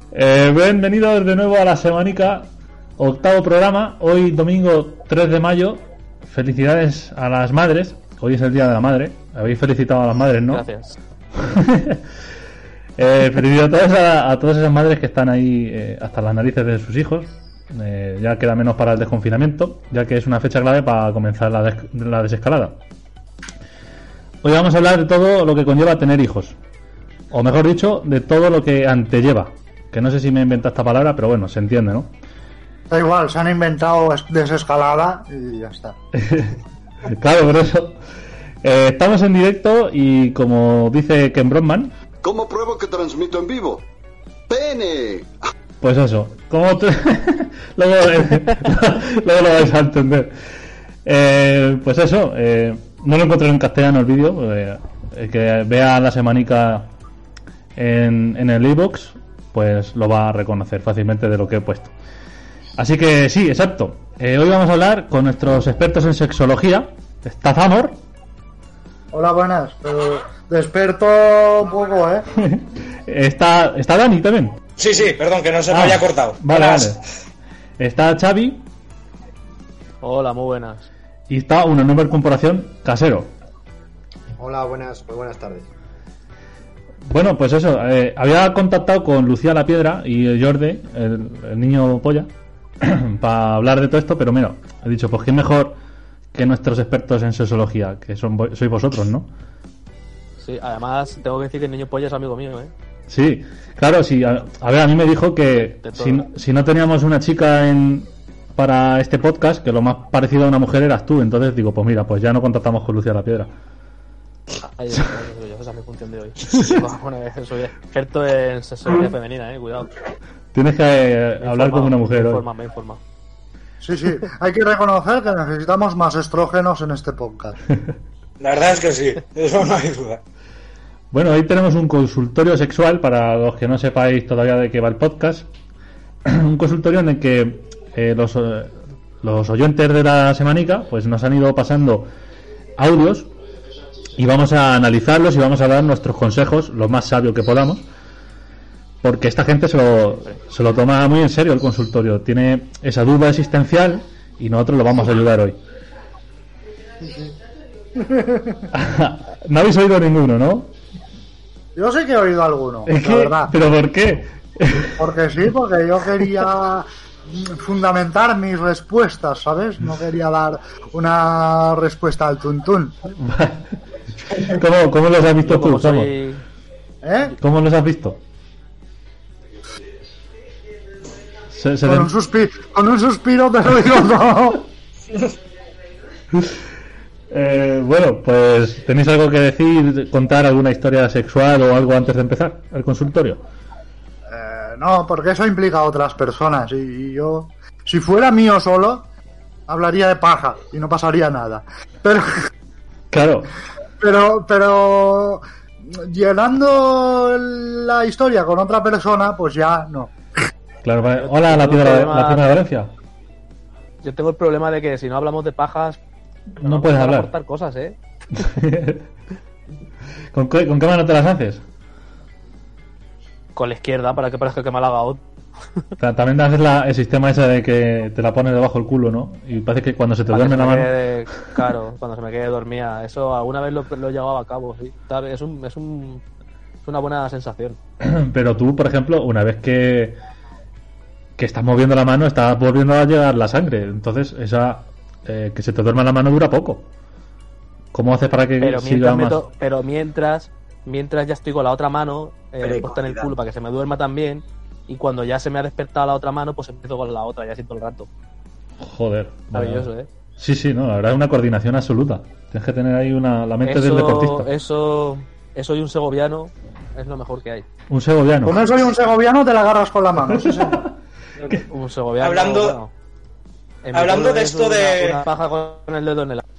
Bienvenidos de nuevo a la Semanica, octavo programa. Hoy domingo 3 de mayo. Felicidades a las madres. Hoy es el día de la madre. Habéis felicitado a las madres, ¿no? Gracias. Felicidades a todas esas madres que están ahí hasta las narices de sus hijos. Ya queda menos para el desconfinamiento, ya que es una fecha clave para comenzar la desescalada. Hoy vamos a hablar de todo lo que conlleva tener hijos, o mejor dicho, de todo lo que antelleva, que no sé si me he inventado esta palabra, pero bueno, se entiende, ¿no? Da igual, se han inventado desescalada y ya está. Claro, por eso estamos en directo y como dice Ken Brockman, ¿cómo pruebo que transmito en vivo? ¡Pene! Pues eso, luego lo vais a entender. Pues eso, no lo encontré en castellano el vídeo. El que vea la Semanica en el iVoox, pues lo va a reconocer fácilmente de lo que he puesto. Así que sí, exacto. Hoy vamos a hablar con nuestros expertos en sexología. ¿Está Zamor? Hola, buenas. De experto un poco, ¿eh? Está Dani también. Sí, perdón, que no se me haya cortado. Vale. Está Xavi. Hola, muy buenas. Y está una nueva incorporación, Casero. Hola, buenas, muy buenas tardes. Bueno, pues eso, había contactado con Lucía La Piedra y Jordi, el niño polla, para hablar de todo esto, pero mira, he dicho, pues qué mejor que nuestros expertos en sexología, que sois vosotros, ¿no? Sí, además tengo que decir que el niño polla es amigo mío, ¿eh? Sí, claro, sí. A ver, a mí me dijo que si no teníamos una chica para este podcast, que lo más parecido a una mujer eras tú. Entonces digo, pues mira, pues ya no contactamos con Lucía La Piedra. Esa es mi función de hoy. Bueno, soy experto en sexología femenina, cuidado. Tienes que hablar como una mujer hoy. Me informa. Sí, hay que reconocer que necesitamos más estrógenos en este podcast. La verdad es que sí, eso no hay duda. Bueno, hoy tenemos un consultorio sexual para los que no sepáis todavía de qué va el podcast. Un consultorio en el que los oyentes de la Semanica pues nos han ido pasando audios y vamos a analizarlos y vamos a dar nuestros consejos lo más sabio que podamos, porque esta gente se lo toma muy en serio el consultorio, tiene esa duda existencial y nosotros lo vamos a ayudar hoy. No habéis oído ninguno, ¿no? Yo sé que he oído alguno, la verdad. ¿Pero por qué? Porque yo quería fundamentar mis respuestas, ¿sabes? No quería dar una respuesta al tuntún. ¿Cómo los has visto tú, Samuel? ¿Eh? ¿Cómo los has visto? Con un suspiro te lo digo todo. Bueno, pues ¿tenéis algo que decir, contar alguna historia sexual o algo antes de empezar el consultorio? No, porque eso implica a otras personas y yo, si fuera mío solo, hablaría de paja y no pasaría nada. Pero claro. Pero llenando la historia con otra persona, pues ya no. Claro, vale. Hola, la piedra de Valencia. Yo tengo el problema de que si no hablamos de pajas no puedes hablar. Aportar cosas, ¿eh? ¿Con qué mano te las haces? Con la izquierda, para que parezca que me ha halagado. También haces el sistema ese de que te la pones debajo del culo, ¿no? Y parece que cuando se te duerme la mano... Claro, cuando se me quede dormida. Eso alguna vez lo he llevado a cabo, sí. Es una buena sensación. Pero tú, por ejemplo, una vez que estás moviendo la mano, estás volviendo a llegar la sangre. Entonces, que se te duerma la mano dura poco. ¿Cómo haces para que siga más? Pero mientras ya estoy con la otra mano puesta en el culo para que se me duerma también, y cuando ya se me ha despertado la otra mano, pues empiezo con la otra, ya siento el rato. Joder. Maravilloso, ¿eh? Sí, no, la verdad es una coordinación absoluta. Tienes que tener ahí la mente del deportista. Eso y un segoviano es lo mejor que hay. ¿Un segoviano? Con eso y un segoviano te la agarras con la mano, sí, señor. Un segoviano. Hablando de esto de... Una paja con el dedo en el...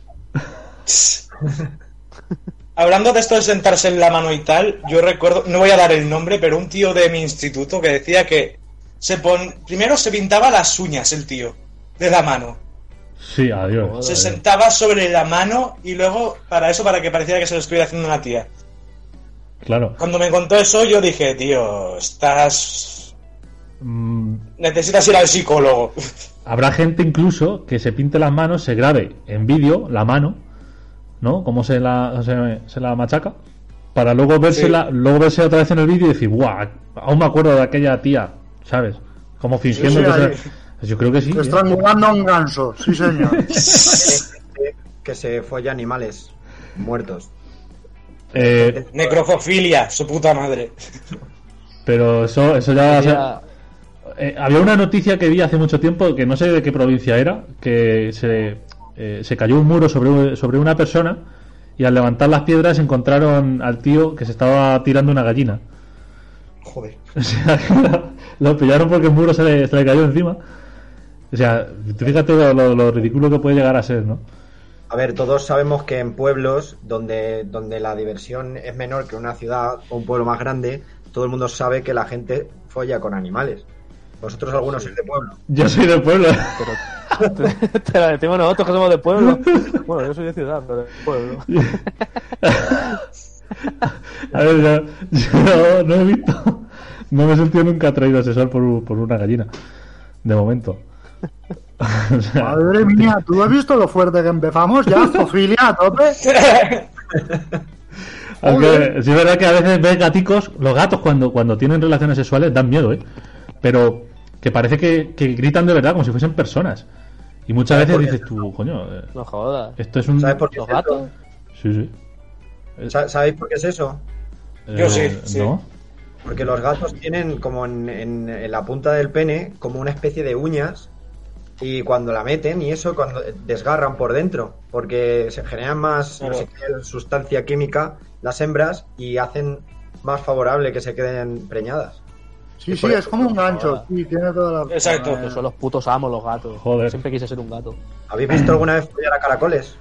Hablando de esto de sentarse en la mano y tal, yo recuerdo, no voy a dar el nombre, pero un tío de mi instituto que decía que primero se pintaba las uñas el tío, de la mano. Sí, adiós. Se sentaba sobre la mano y luego, para que pareciera que se lo estuviera haciendo una tía. Claro. Cuando me contó eso, yo dije, tío, estás Necesitas ir al psicólogo. Habrá gente incluso que se pinte las manos, se grabe en vídeo la mano, ¿no? Cómo se la machaca, para luego vérsela, verse otra vez en el vídeo y decir, ¡buah! Aún me acuerdo de aquella tía, ¿sabes? Como fingiendo yo creo que sí. Estrangulando a un ganso, sí señor. Que se folla animales muertos. Necrofofilia, su puta madre. Pero eso ya... había una noticia que vi hace mucho tiempo, que no sé de qué provincia era, que se cayó un muro sobre una persona y al levantar las piedras encontraron al tío que se estaba tirando una gallina. Joder. O sea, lo pillaron porque el muro se le cayó encima. O sea, fíjate lo ridículo que puede llegar a ser, ¿no? A ver, todos sabemos que en pueblos donde la diversión es menor que una ciudad o un pueblo más grande, todo el mundo sabe que la gente folla con animales. Vosotros algunos sois de pueblo. Yo soy de pueblo. Te la decimos nosotros que somos de pueblo. Bueno, yo soy de ciudad, pero de pueblo. A ver, yo no he visto, no me he sentido nunca atraído a asesor por una gallina, de momento. O sea, Madre mía, ¿tú has visto lo fuerte que empezamos ya? Zoofilia a tope. Aunque sí es verdad que a veces ves gaticos, los gatos cuando tienen relaciones sexuales dan miedo, pero que parece que gritan de verdad como si fuesen personas. Y muchas veces dices tú, coño, no jodas. Esto es un... ¿Sabes por qué ¿Los es gatos? eso? Sí. ¿Sabéis por qué es eso? Yo sí. ¿No? Porque los gatos tienen como en la punta del pene como una especie de uñas y cuando la meten y eso cuando desgarran por dentro porque se generan más no sé qué sustancia química las hembras y hacen más favorable que se queden preñadas. Sí, es como un gancho. Sí, tiene toda la... Exacto. Que son los putos amos los gatos. Joder. Siempre quise ser un gato. ¿Habéis visto alguna vez follar a caracoles?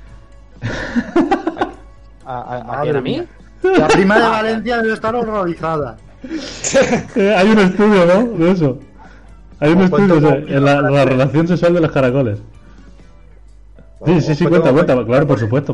¿A quién? ¿A mí? La prima de Valencia debe estar horrorizada. Hay un estudio, ¿no? De eso. Hay un estudio en la relación sexual de los caracoles. Sí, cuenta, claro, por supuesto.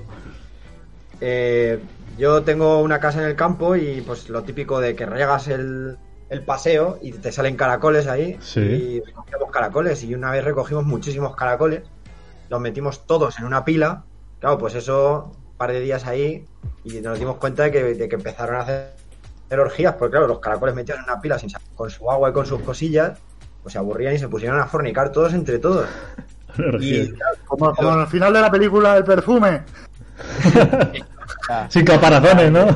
Yo tengo una casa en el campo y pues lo típico de que riegas el paseo y te salen caracoles ahí. Sí. Y recogemos caracoles y una vez recogimos muchísimos caracoles, los metimos todos en una pila. Claro, pues eso, un par de días ahí y nos dimos cuenta de que empezaron a hacer orgías, porque claro, los caracoles metidos en una pila con su agua y con sus cosillas, pues se aburrían y se pusieron a fornicar todos entre todos. Y como en el final de la película del perfume. Sin caparazones, ¿no?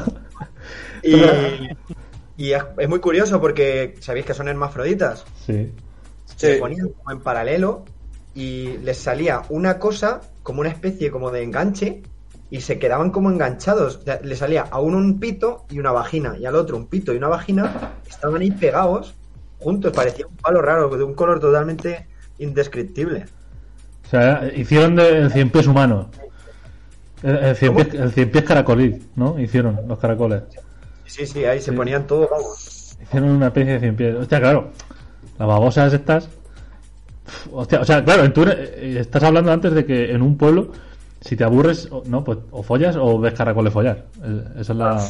Y es muy curioso porque sabéis que son hermafroditas. Sí. Se ponían como en paralelo y les salía una cosa como una especie como de enganche y se quedaban como enganchados. O sea, le salía a uno un pito y una vagina y al otro un pito y una vagina. Estaban ahí pegados juntos, parecía un palo raro de un color totalmente indescriptible. O sea, hicieron el 100 pies humano. El 100 pies caracolí, ¿no? Hicieron los caracoles. Sí, ahí se ponían todos vagos. Hicieron una especie de 100 pies. Hostia, claro, las babosas estas... Hostia, o sea, claro, tú estás hablando antes de que en un pueblo, si te aburres, no, pues o follas o ves caracoles follar. Esa es la...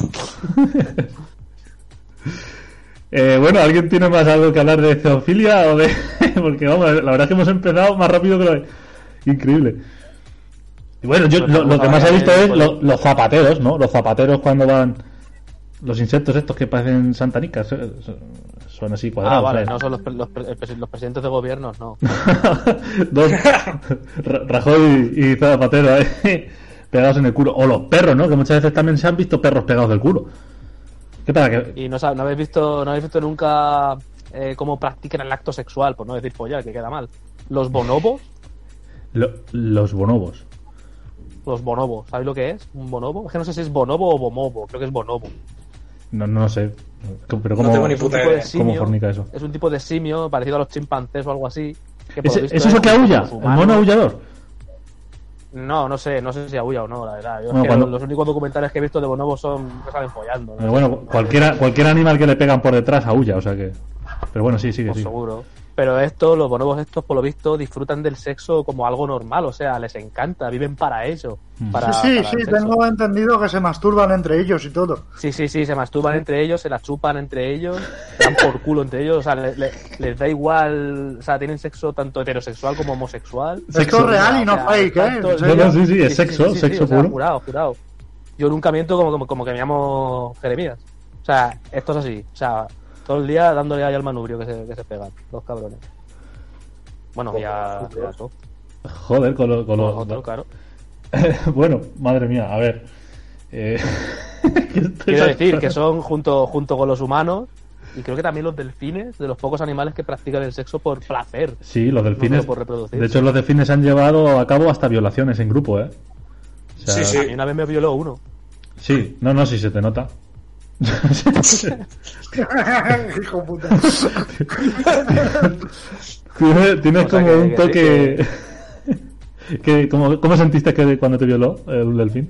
Bueno, ¿alguien tiene más algo que hablar de zoofilia o de...? Porque vamos, la verdad es que hemos empezado más rápido que lo... Increíble. Y bueno, yo lo que más he visto es los zapateros, ¿no? Los zapateros cuando van... Los insectos estos que parecen santanicas son así cuadrados. Vale, no son los presidentes de gobiernos, no. Dos Rajoy y Zapatero pegados en el culo. O los perros, ¿no? Que muchas veces también se han visto perros pegados del culo. ¿Qué pasa? Y no habéis visto nunca cómo practican el acto sexual, por no decir follar, que queda mal. Los bonobos. Los bonobos. Los bonobos, ¿sabéis lo que es? ¿Un bonobo? Es que no sé si es bonobo o bomobo, creo que es bonobo. No sé. Pero no tengo ni puta idea. ¿Cómo fornica eso? Es un tipo de simio parecido a los chimpancés o algo así. ¿Eso es el que aúlla? ¿El mono aullador? No sé si aúlla o no, la verdad. Los únicos documentales que he visto de bonobos son que salen follando, ¿no? Bueno, cualquier animal que le pegan por detrás aúlla, o sea que... Pero bueno, sí, sigue. Seguro. Pero los bonobos estos, por lo visto, disfrutan del sexo como algo normal, o sea, les encanta, viven para eso. Sí, tengo entendido que se masturban entre ellos y todo. Sí, se masturban entre ellos, se la chupan entre ellos, se dan por culo entre ellos, o sea, les da igual, o sea, tienen sexo tanto heterosexual como homosexual. Esto es real y no fake, ¿eh? No, sí, es sexo o sea, puro. Jurado. Yo nunca miento como que me llamo Jeremías. O sea, esto es así, o sea... Todo el día dándole ahí al manubrio que se pegan, los cabrones. Bueno, ya todo. Joder, con los otros, claro. Bueno, madre mía, a ver. Quiero decir que son junto con los humanos y creo que también los delfines, de los pocos animales que practican el sexo por placer. Sí, los delfines. No por reproducir. De hecho, los delfines han llevado a cabo hasta violaciones en grupo, ¿eh? O sea, sí. A mí una vez me violó uno. Sí, no, sí se te nota. Hijo puta. Tienes como un toque. ¿Cómo sentiste que cuando te violó el delfín?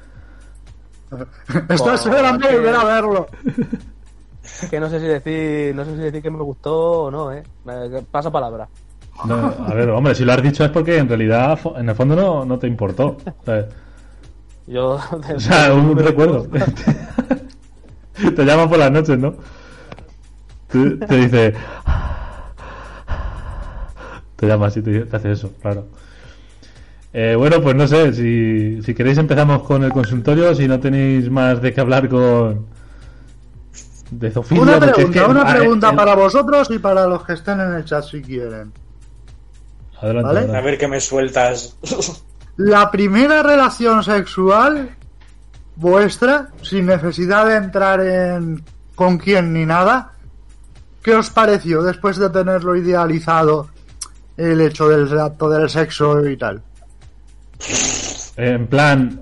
Estoy esperando volver a verlo. Que no sé si decir que me gustó o no, Pasa palabra. No, a ver, hombre, si lo has dicho es porque en realidad, en el fondo no te importó. Yo. O sea, un recuerdo. Te llaman por las noches, ¿no? Te dice... Te llamas y te hace eso, claro. Bueno, pues no sé, si queréis empezamos con el consultorio, si no tenéis más de qué hablar de zoofilia. Una pregunta para vosotros y para los que estén en el chat si quieren. Adelante, ¿vale? adelante. A ver qué me sueltas. La primera relación sexual vuestra, sin necesidad de entrar en con quién ni nada, ¿qué os pareció después de tenerlo idealizado el hecho del acto del sexo y tal? En plan...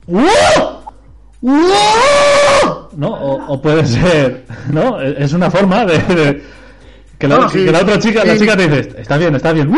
¿No? O puede ser... ¿No? Es una forma de que la otra chica, la chica te dice, está bien.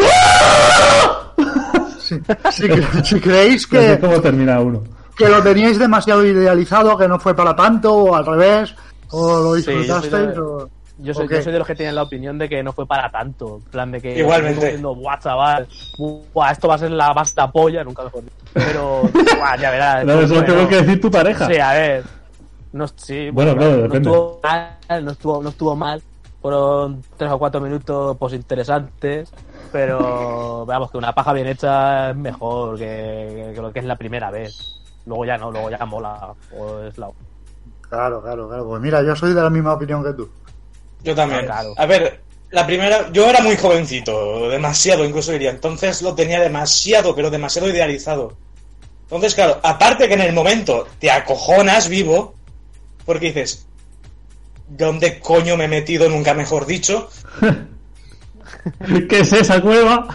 Si creéis que... ¿Cómo termina uno? Que lo teníais demasiado idealizado, que no fue para tanto, o al revés, o lo disfrutasteis, yo soy de los que tienen la opinión de que no fue para tanto. En plan de que... Igualmente. Diciendo, chaval, esto va a ser la vasta polla, nunca mejor dicho. Pero, ya verás. No, eso lo tengo que decir tu pareja. Sí, a ver. Bueno, claro, depende. No estuvo mal. Fueron 3 o 4 minutos pues interesantes, pero veamos que una paja bien hecha es mejor que lo que es la primera vez. Luego ya mola. Claro. Pues mira, yo soy de la misma opinión que tú. Yo también. Claro. A ver, la primera... Yo era muy jovencito, demasiado incluso diría. Entonces lo tenía demasiado idealizado. Entonces, claro, aparte que en el momento te acojonas vivo, porque dices... ¿Dónde coño me he metido, nunca mejor dicho? ¿Qué es esa cueva?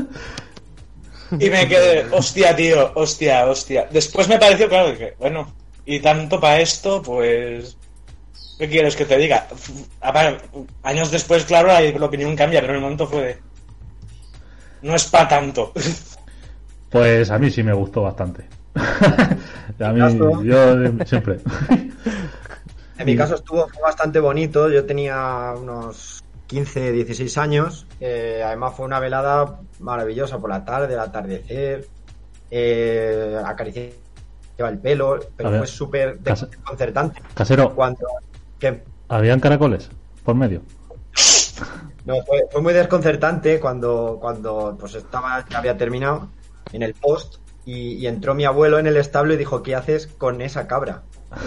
Y me quedé, hostia, tío, hostia. Después me pareció, claro, que, bueno, y tanto para esto, pues... ¿Qué quieres que te diga? Años después, claro, la opinión cambia, pero en el momento fue de... No es para tanto. Pues a mí sí me gustó bastante. A mí, yo siempre... En mi caso fue bastante bonito. Yo tenía unos 15, 16 años. Además fue una velada maravillosa por la tarde, el atardecer. Acariciaba el pelo, pero fue súper desconcertante. Casero, ¿habían caracoles por medio? No, fue muy desconcertante cuando pues había terminado en el post y entró mi abuelo en el establo y dijo, ¿qué haces con esa cabra?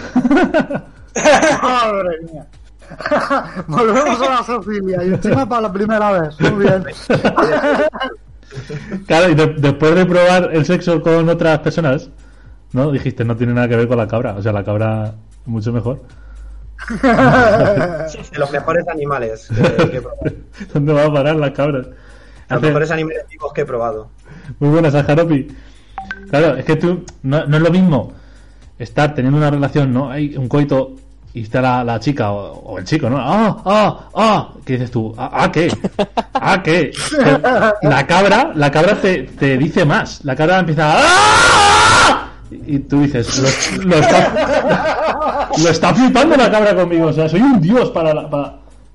Madre mía. Volvemos a la zoofilia y encima para la primera vez. Muy bien. Claro, y después de probar el sexo con otras personas, ¿no? Dijiste, no tiene nada que ver con la cabra. O sea, la cabra mucho mejor. De los mejores animales que he probado. ¿Dónde va a parar la cabra? Los mejores animales vivos que he probado. Muy buenas, Sajaropi. Claro, es que tú no es lo mismo estar teniendo una relación, ¿no? Hay un coito y está la chica o el chico, ¿no? ¿Qué dices tú? ¿Qué? ¿Qué? La cabra te dice más. La cabra empieza y tú dices, lo está flipando la cabra conmigo. O sea, soy un dios para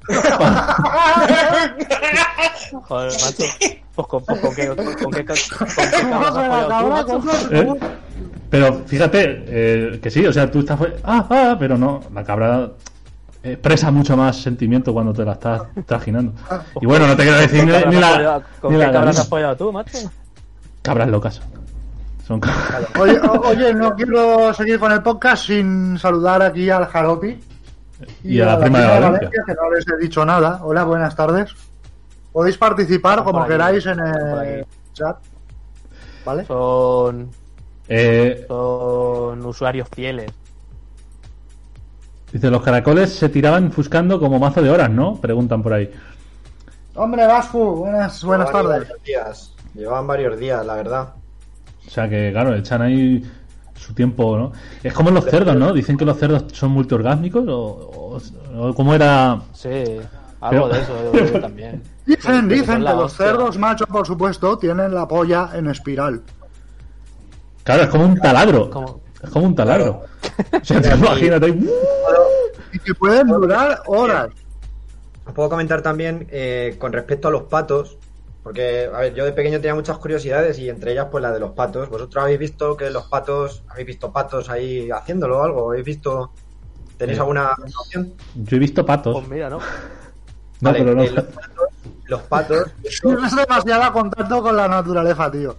Joder, macho. Pues con qué cabras has follado tú, macho. Pero fíjate que sí, o sea, tú estás... pero no, la cabra expresa mucho más sentimiento cuando te la estás trajinando. Y bueno, no te quiero decir ni la... ¿Con ni qué la cabras has follado tú, macho? cabras locas. Son cabras. Oye, no quiero seguir con el podcast sin saludar aquí al Jaropi Y a la prima de Valencia. que no les he dicho nada. Hola, buenas tardes. Podéis participar como aquí, queráis en por el aquí. chat. ¿Vale? Son Eh, usuarios fieles. dice, los caracoles se tiraban fuscando como mazo de horas, ¿no? Preguntan por ahí. Hombre, Vasco, buenas Llevaban tardes. varios días. Llevaban varios días, la verdad. O sea que, claro, echan ahí su tiempo, ¿no? Es como los cerdos, ¿no? Dicen que los cerdos son multiorgásmicos o ¿cómo era? Sí, algo Pero- de eso yo también. Dicen Son que la los hostia. cerdos machos, por supuesto, tienen la polla en espiral. Claro, es como un taladro. Como- Es como un taladro. O sea, te imagínate. Y que pueden durar horas. Os puedo comentar también con respecto a los patos, porque, a ver, yo de pequeño tenía muchas curiosidades y entre ellas, pues la de los patos. ¿Vosotros habéis visto que los patos, habéis visto patos ahí haciéndolo o algo? ¿Habéis visto, tenéis alguna opción? Yo he visto patos. Pues mira, ¿no? No, Vale, pero no. los patos, Tienes demasiado contacto con la naturaleza, tío.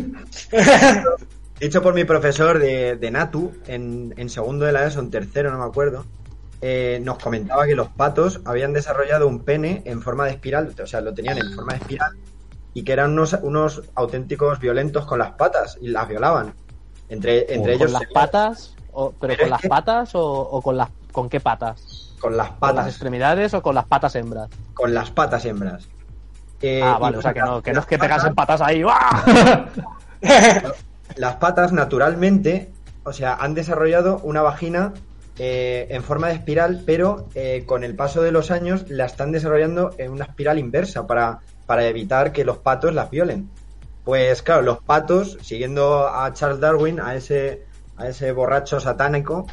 dicho por mi profesor de Natu, en segundo de la ESO, en tercero, no me acuerdo, nos comentaba que los patos habían desarrollado un pene en forma de espiral, o sea, lo tenían en forma de espiral, y que eran unos auténticos violentos con las patas, y las violaban. Entre ¿Con ellos las se- patas? ¿Pero Pero con es las que- patas o con qué patas? con las ¿Con las patas, extremidades o con las patas hembras? con las patas hembras. Vale, y o sea que no es las que patas- pegasen patas ahí. ¡Uah! Las patas naturalmente, o sea, han desarrollado una vagina en forma de espiral, pero con el paso de los años la están desarrollando en una espiral inversa para evitar que los patos las violen. Pues claro, los patos, siguiendo a Charles Darwin, a ese borracho satánico,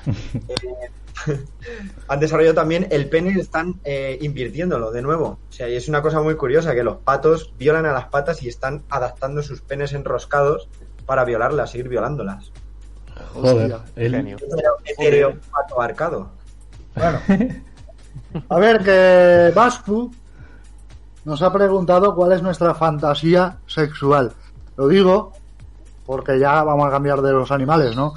han desarrollado también el pene y están invirtiéndolo de nuevo. O sea, y es una cosa muy curiosa que los patos violan a las patas y están adaptando sus penes enroscados para violarlas, seguir violándolas. Joder. Genio. He tenido un pato arcado. Bueno. A ver, que Vasco nos ha preguntado cuál es nuestra fantasía sexual. Lo digo porque ya vamos a cambiar de los animales, ¿no?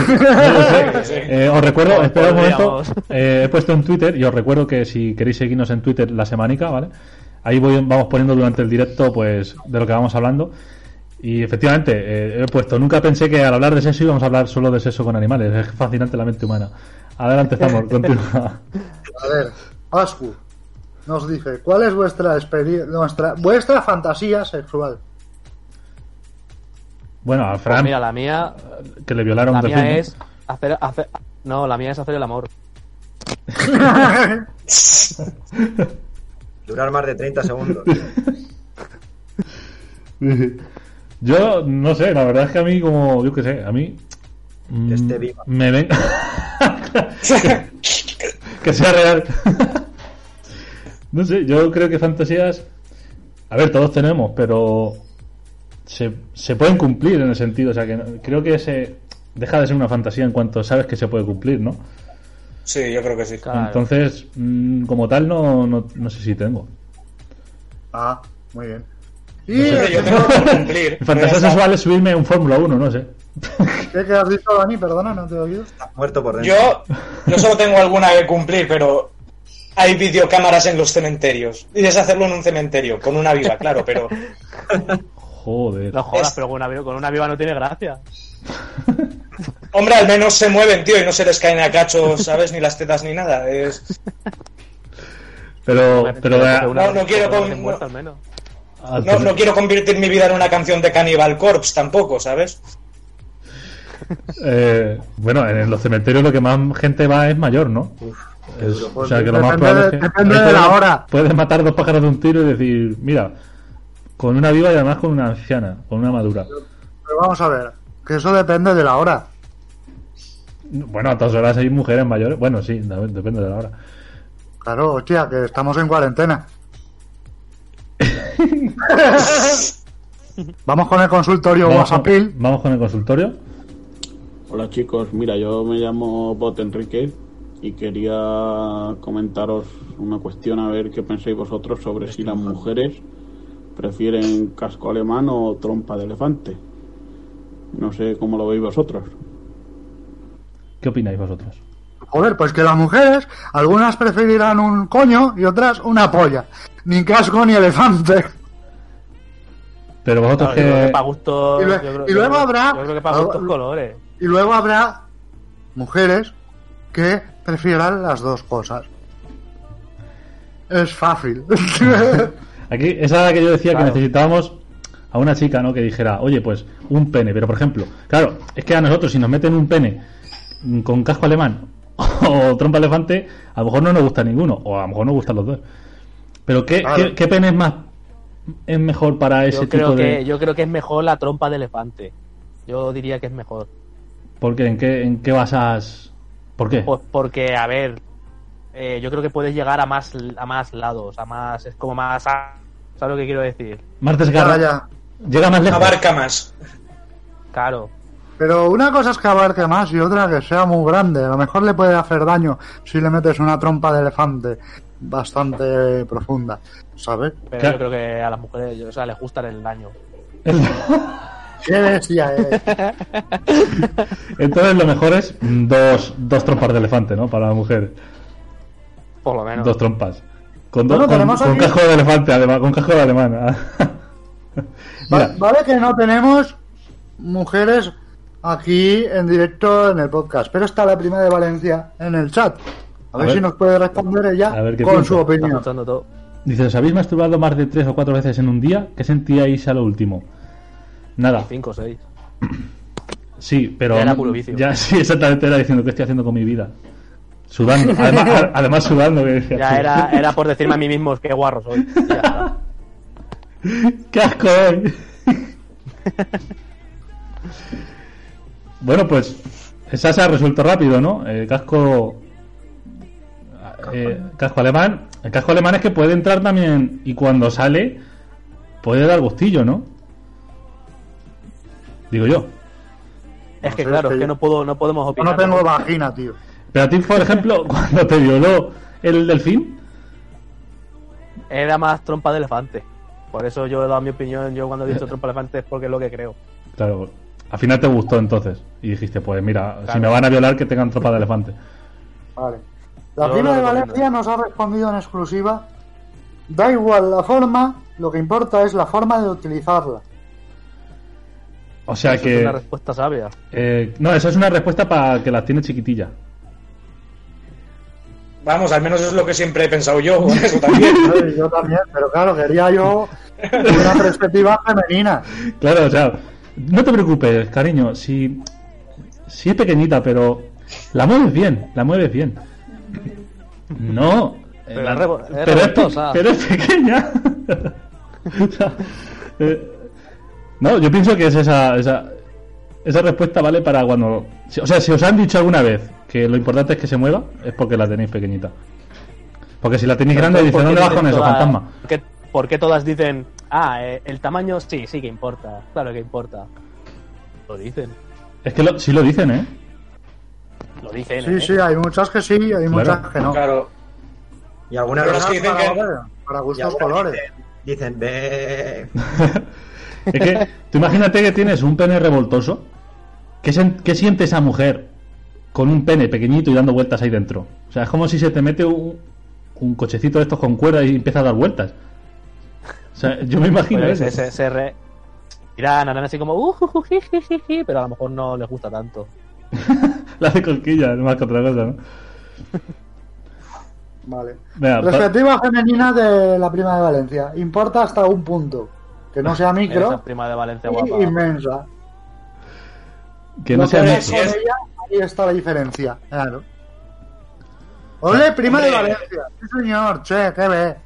Os recuerdo, espera un momento, Podríamos. he puesto en Twitter y os recuerdo que si queréis seguirnos en Twitter la semanica, ¿vale? Ahí vamos poniendo durante el directo pues de lo que vamos hablando. Y efectivamente, he puesto, nunca pensé que al hablar de sexo íbamos a hablar solo de sexo con animales. Es fascinante la mente humana. Adelante, estamos, continúa. A ver, Vasco nos dice, ¿cuál es vuestra fantasía sexual? Bueno, a Pues Fran, mira, la mía que le violaron la un mía delfín, ¿no? es hacer no, la mía es hacer el amor. Durar más de 30 segundos. Yo no sé, la verdad es que a mí, como yo que sé, a mí Que esté viva. me ven que sea real. No sé, yo creo que fantasías, a ver, todos tenemos, pero se pueden cumplir en el sentido, o sea, que creo que se deja de ser una fantasía en cuanto sabes que se puede cumplir, ¿no? Sí, yo creo que sí. Claro. Entonces, como tal, no sé si tengo. Ah, muy bien. Y Sí, yo tengo por cumplir. Mi fantasía sexual es subirme a un Fórmula 1, no sé. ¿qué has dicho, Dani? Perdona, no te he oído. Estás muerto por dentro. Yo solo tengo alguna que cumplir, pero hay videocámaras en los cementerios. Dices hacerlo en un cementerio, con una viva, claro, pero Joder. No jodas, Es- pero con una viva no tiene gracia. hombre, al menos se mueven, tío, y no se les caen a cachos, ¿sabes? Ni las tetas ni nada. Es... Pero no quiero con- muerta al menos. No quiero convertir mi vida en una canción de Cannibal Corpse tampoco, ¿sabes? Bueno, en los cementerios lo que más gente va es mayor, ¿no? O sea, que lo más Depende probable es de- que depende ahí de la puedes- hora. Puedes matar dos pájaros de un tiro y decir, mira, con una viva y además con una anciana, con una madura. Pero vamos a ver, que eso depende de la hora. Bueno, a todas horas hay mujeres mayores. Bueno, sí, depende de la hora. Claro, hostia, que estamos en cuarentena. Vamos con el consultorio WhatsAppil. Vamos con el consultorio. Hola chicos, mira, yo me llamo Bot Enrique y quería comentaros una cuestión, a ver qué pensáis vosotros sobre si las mujeres prefieren casco alemán o trompa de elefante. No sé cómo lo veis vosotros. ¿Qué opináis vosotros? Joder, pues que las mujeres, algunas preferirán un coño y otras una polla. Ni casco ni elefante. Pero vosotros Claro, yo creo que que... para gusto. Y luego habrá- Yo creo que para gustos colores. Y luego habrá mujeres que prefieran las dos cosas. Es fácil. Aquí, esa era la que yo decía Claro. que necesitábamos a una chica, ¿no? Que dijera, oye, pues un pene. Pero, por ejemplo, claro, es que a nosotros si nos meten un pene con casco alemán o trompa elefante, a lo mejor no nos gusta ninguno. O a lo mejor nos gustan los dos. Pero ¿qué, Claro. qué pene es mejor para ese tipo de...? Yo creo que es mejor la trompa de elefante. Yo diría que es mejor. ¿Por qué? ¿En qué basas...? ¿Por qué? Pues porque, a ver, yo creo que puedes llegar a más lados, a más, es como más, ¿sabes lo que quiero decir? Más desgarra. Ya. Llega más lejos. Abarca más. Claro. Pero una cosa es que abarque más y otra que sea muy grande. A lo mejor le puede hacer daño si le metes una trompa de elefante bastante profunda, ¿sabes? Pero Claro. yo creo que a las mujeres, o sea, les gusta el daño. ¡Qué bestia es! Entonces lo mejor es dos trompas de elefante, ¿no? Para la mujer. Por lo menos. Dos trompas. Con, Bueno, tenemos con aquí- casco de elefante, además, con casco de alemán. Mira, Vale que no tenemos mujeres aquí en directo en el podcast, pero está la prima de Valencia en el chat. A ver ver. si nos puede responder ella A ver qué con piensa. su Está opinión. escuchando todo. dice, ¿os habéis masturbado más de 3 o 4 veces en un día? ¿Qué sentíais a lo último? Nada. 5 o 6. Sí, pero... Ya era puro vicio. Ya, sí, exactamente, era diciendo, ¿qué estoy haciendo con mi vida? Sudando. Además sudando. Que decía, Ya era por decirme a mí mismo que guarro soy. Ya está. ¡Qué asco hoy! Bueno, pues esa se ha resuelto rápido, ¿no? Casco alemán. El casco alemán es que puede entrar también y cuando sale puede dar gustillo, ¿no? Digo yo. Es que sé, claro, es que es que no podemos Yo opinar. no tengo vagina, tío. Pero a ti, por ejemplo, cuando te violó el delfín, Era más trompa de elefante. Por eso yo he dado mi opinión. Yo cuando he dicho trompa de elefante es porque es lo que creo. claro, al final te gustó entonces. Y dijiste, pues mira, si Claro. me van a violar, que tengan tropa de elefante. Vale. La Yo prima lo de recomiendo. Valencia nos ha respondido en exclusiva. Da igual la forma, lo que importa es la forma de utilizarla. O sea Eso que... es una respuesta sabia. no, esa es una respuesta para que las tiene chiquitilla. Vamos, al menos es lo que siempre he pensado yo, con eso también. Sí, yo también, pero claro, quería yo una perspectiva femenina. Claro, o sea, no te preocupes, cariño, si es pequeñita, pero la mueves bien, No, Pero es pero, es revoltosa. pero es pequeña. O sea, no, yo pienso que es esa respuesta vale para cuando... O sea, si os han dicho alguna vez que lo importante es que se mueva, es porque la tenéis pequeñita. Porque si la tenéis grande, Entonces, dicen, ¿por qué ¿dónde vas con dicen eso, todas- fantasma? ¿Por qué todas dicen, el tamaño sí que importa? Claro que importa. Lo dicen. Es que sí lo dicen, ¿eh? Lo dicen, Sí, sí, hay muchas que sí, hay muchas que no. Claro. Y algunas Pero es que dicen que... Para y gustos algunas colores. dicen ve. Es que tú imagínate que tienes un pene revoltoso. ¿Qué siente esa mujer con un pene pequeñito y dando vueltas ahí dentro? O sea, es como si se te mete un cochecito de estos con cuerda y empieza a dar vueltas. O sea, yo me imagino Pues eso. Irán, harán así como, jijijiji, pero a lo mejor no les gusta tanto. La hace cosquillas, más que otra cosa, ¿no? Vale. Venga, Perspectiva femenina de la prima de Valencia. Importa hasta un punto. Que no sea Esa micro prima de Valencia y guapa. inmensa. que no Lo sea que micro. es con ella, ahí está la diferencia. Claro. Ole, prima de Hombre. Valencia. Sí, señor. Che, qué ve.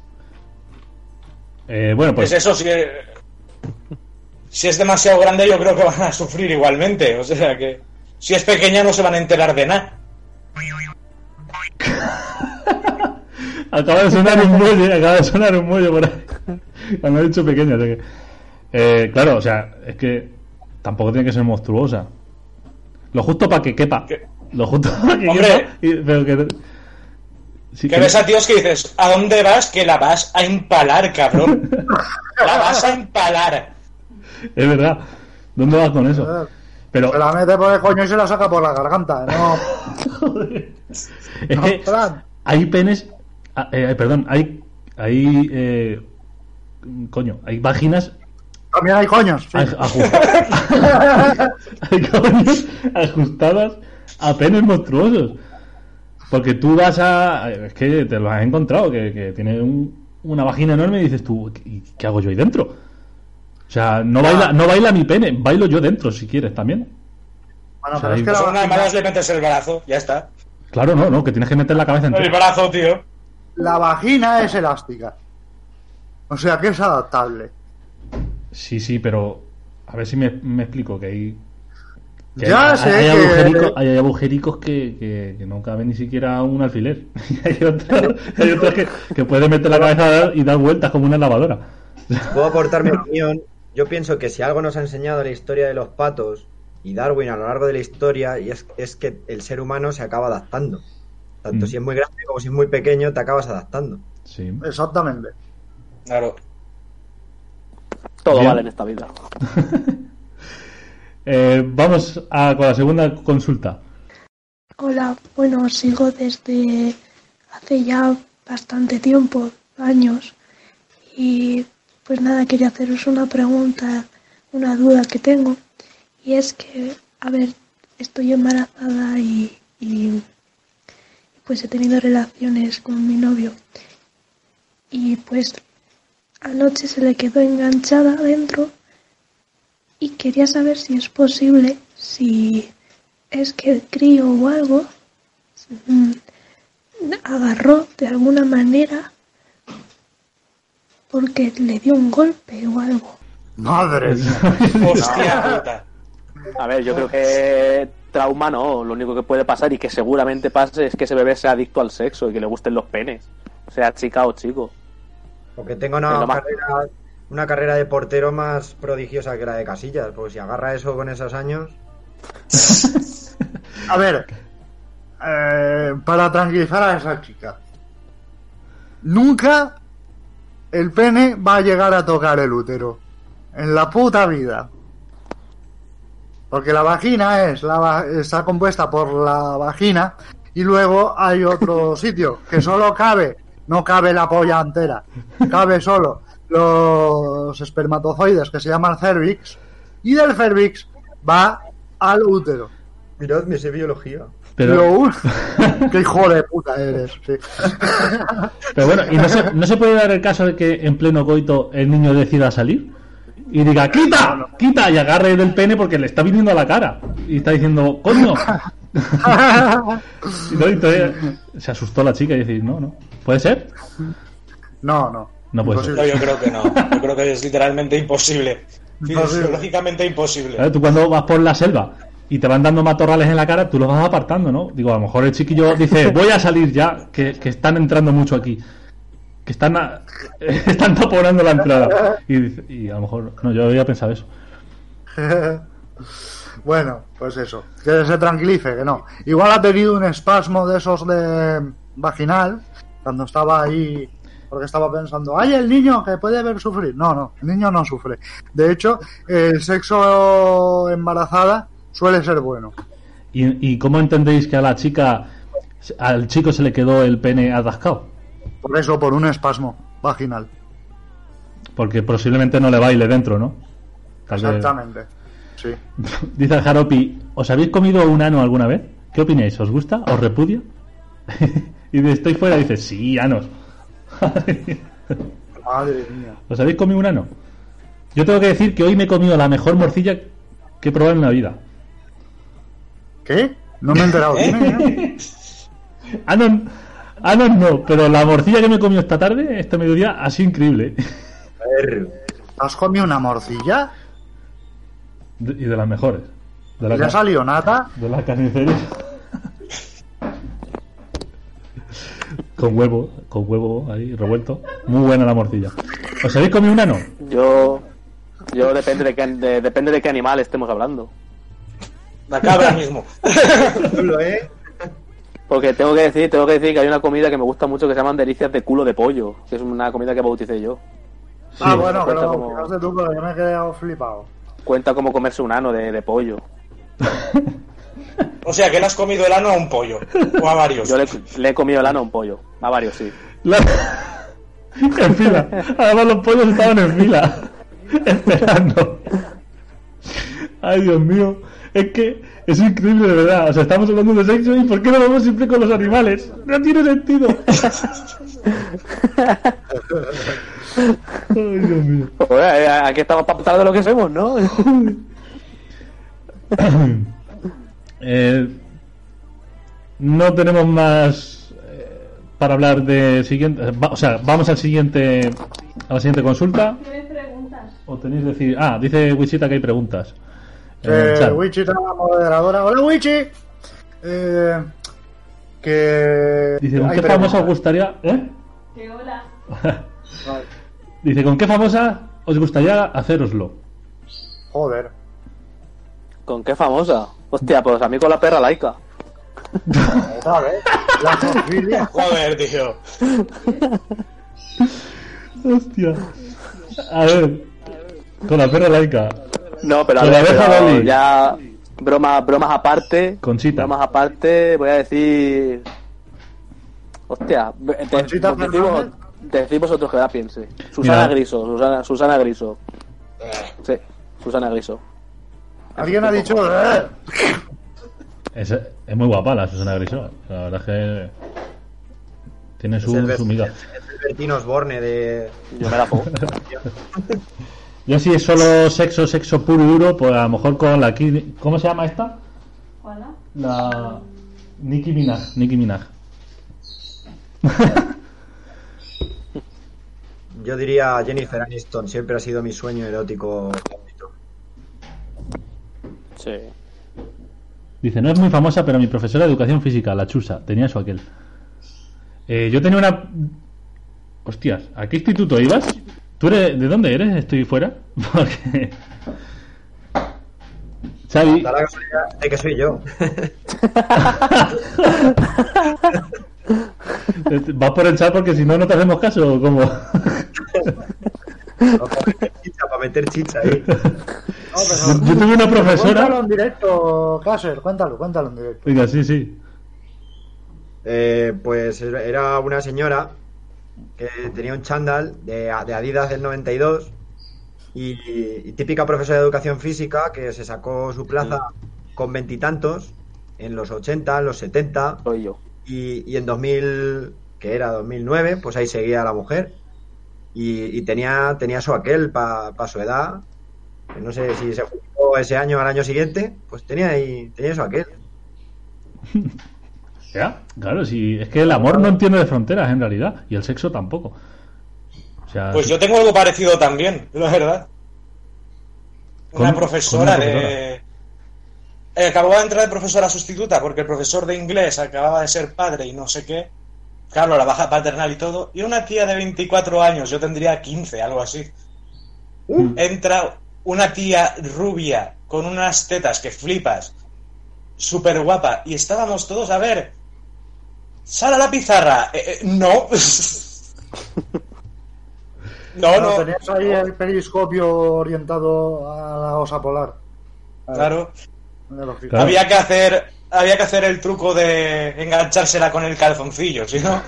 Bueno, pues Pues eso, si es demasiado grande, yo creo que van a sufrir igualmente. O sea que si es pequeña, no se van a enterar de nada. Acaba de sonar un muelle por ahí. Cuando he dicho pequeña, o sea que, claro, o sea, es que tampoco tiene que ser monstruosa. Lo justo para que quepa. ¿Qué? Lo justo para que Hombre. quepa. Pero que... Sí, Que ves a tíos que dices, ¿a dónde vas? Que la vas a empalar, cabrón. La vas a empalar. Es verdad. ¿Dónde vas con eso? Pero Se la mete por el coño y se la saca por la garganta. No, es que Fran. hay penes... perdón, hay coño, hay vaginas También hay coños. Sí. hay coños ajustadas a penes monstruosos. Porque tú vas a... Es que te lo has encontrado, que tiene una vagina enorme y dices tú, ¿y qué hago yo ahí dentro? O sea, no baila mi pene, bailo yo dentro si quieres también. Bueno, O sea, pero es que hay- la Son unas vagina, malas, le metes el brazo, ya está. Claro, no, que tienes que meter la cabeza El entera. brazo, tío. la vagina es elástica. O sea que es adaptable. Sí, pero a ver si me explico, que hay... Ya sé hay que- hay agujericos que no cabe ni siquiera un alfiler. Y hay otros que puedes meter la cabeza y dar vueltas como una lavadora. Puedo aportar mi opinión. Yo pienso que si algo nos ha enseñado la historia de los patos y Darwin a lo largo de la historia, y es que el ser humano se acaba adaptando. Tanto si es muy grande como si es muy pequeño, te acabas adaptando. Sí. Exactamente. Claro. Todo Bien. vale en esta vida. Vamos con la segunda consulta. Hola, bueno, os sigo desde hace ya bastante tiempo, años, y pues nada, quería haceros una pregunta, una duda que tengo, y es que, a ver, estoy embarazada y pues he tenido relaciones con mi novio, y pues anoche se le quedó enganchada dentro, y quería saber si es posible, si es que el crío o algo agarró de alguna manera porque le dio un golpe o algo. Madre mía. Hostia puta. A ver, yo creo que trauma no. Lo único que puede pasar y que seguramente pase es que ese bebé sea adicto al sexo y que le gusten los penes. Sea chica o chico. O que tenga Es lo más- una carrera de portero más prodigiosa que la de Casillas. Porque si agarra eso con esos años. A ver, para tranquilizar a esa chica, nunca el pene va a llegar a tocar el útero. En la puta vida. Porque la vagina está compuesta por la vagina y luego hay otro sitio que solo no cabe la polla entera, cabe solo los espermatozoides que se llaman cervix y del cervix va al útero. Mirad, me sé biología. Pero, Qué hijo de puta eres. Sí. pero bueno, ¿y no se puede dar el caso de que en pleno coito el niño decida salir? Y diga, ¡quita! ¡Quita! Y agarre del pene porque le está viniendo a la cara. Y está diciendo, ¡coño! Y entonces se asustó la chica y dice, no. ¿Puede ser? No. No puede Imposible. No, yo creo que no. Yo creo que es literalmente imposible. Imposible. Fisiológicamente imposible. ¿Sabes? Tú cuando vas por la selva y te van dando matorrales en la cara, tú los vas apartando, ¿no? Digo, a lo mejor el chiquillo dice, voy a salir ya, que están entrando mucho aquí. Que están taponando la entrada. Y a lo mejor... No, yo había pensado eso. Bueno, pues eso. Que se tranquilice, que no. Igual ha tenido un espasmo de esos de vaginal cuando estaba ahí, porque estaba pensando, ¡ay, el niño que puede ver sufrir! No, el niño no sufre. De hecho, el sexo embarazada suele ser bueno. ¿Y cómo entendéis que a la chica, al chico se le quedó el pene atascado? Por eso, por un espasmo vaginal. Porque posiblemente no le baile dentro, ¿no? Tal vez. Exactamente. Sí. Dice el Jaropi, ¿os habéis comido un ano alguna vez? ¿Qué opináis? ¿Os gusta? ¿Os repudia? Y de estoy fuera dice, sí, anos. Madre mía. ¿Os habéis comido un ano? Yo tengo que decir que hoy me he comido la mejor morcilla que he probado en la vida. ¿Qué? No me he enterado. Dime, Anos no, pero la morcilla que me he comido esta tarde, este mediodía, ha sido increíble. ¿Has comido una morcilla? Y de las mejores. De ¿Y le ha salido nata? de la carnicería. con huevo ahí revuelto. Muy buena la morcilla. ¿Os habéis comido un ano? Yo depende de qué animal estemos hablando. La cabra mismo. Chulo, ¿eh? Porque tengo que decir que hay una comida que me gusta mucho que se llaman delicias de culo de pollo, que es una comida que bauticé yo. Bueno, cuenta pero como- fíjate tú, pero yo me he quedado flipado. Cuenta como comerse un ano de pollo. O sea, que le has comido el ano a un pollo. O a varios. Yo le he comido el ano a un pollo. A varios, sí. En fila. Además los pollos estaban en fila. Esperando. Ay, Dios mío. Es que es increíble, de verdad. O sea, estamos hablando de sexo y ¿por qué lo vamos siempre con los animales? No tiene sentido. Ay, Dios mío. Joder, aquí estamos para hablar de lo que somos, ¿no? No tenemos más para hablar de siguiente. O sea, vamos al siguiente, a la siguiente consulta. ¿Tienes preguntas? O tenéis decir. Dice Wichita que hay preguntas. En el chat. Wichi, la moderadora. Hola, Wichi. Que. Dice, ¿con hay qué famosa os gustaría? Que hola. Dice, ¿con qué famosa os gustaría hacéroslo? Joder. ¿Con qué famosa? Hostia, pues a mí con la perra laica. ¿Sabes? La zoofilia. Joder, tío. Hostia. A ver. Con la perra laica. No, pero a Con la ver, abeja pero Dolly. ya bromas aparte. Conchita. Bromas aparte, voy a decir. Hostia, Conchita Fernández. decid vosotros que la piense. Susana Mira. Griso, Susana Griso. Sí, Susana Griso. Alguien ha dicho. Es muy guapa la Susana Griso. La verdad es que tiene Es el su miga. Bertín Osborne de. Yo me la pongo. Yo si es solo sexo puro y duro, pues a lo mejor con la ¿cómo se llama esta? Hola. La Nicki Minaj. Yo diría Jennifer Aniston, siempre ha sido mi sueño erótico favorito. Sí. Dice, no es muy famosa, pero mi profesora de educación física, la Chusa, tenía eso aquel. Yo tenía una... Hostias, ¿a qué instituto ibas? ¿Tú eres... ¿De dónde eres? Estoy fuera. Porque... Xavi... Da la casualidad de que soy yo. ¿Vas por el chat porque si no, no te hacemos caso? ¿O cómo? Para meter chicha ahí. Yo tuve una profesora... Cuéntalo en directo, Caser. Cuéntalo en directo. Venga, sí. Pues era una señora que tenía un chándal de Adidas del 92 y típica profesora de educación física que se sacó su plaza con veintitantos en los 80, en los 70 Soy yo. y en 2000, que era 2009, pues ahí seguía la mujer y tenía su aquel para su edad, que no sé si se juntó ese año al año siguiente, pues tenía su aquel. Ya, claro, si es que el amor no entiende de fronteras en realidad y el sexo tampoco. O sea, Pues yo tengo algo parecido también, la verdad. Una ¿Con profesora una de... acababa de entrar de profesora sustituta porque el profesor de inglés acababa de ser padre y no sé qué. Claro, la baja paternal y todo. Y una tía de 24 años, yo tendría 15, algo así. Entra una tía rubia con unas tetas que flipas, súper guapa, y estábamos todos a ver... ¡Sal a la pizarra! No. No. Tenías ahí el periscopio orientado a la osa polar. Claro. Lógico. Claro. Había que hacer el truco de enganchársela con el calzoncillo, ¿sí no?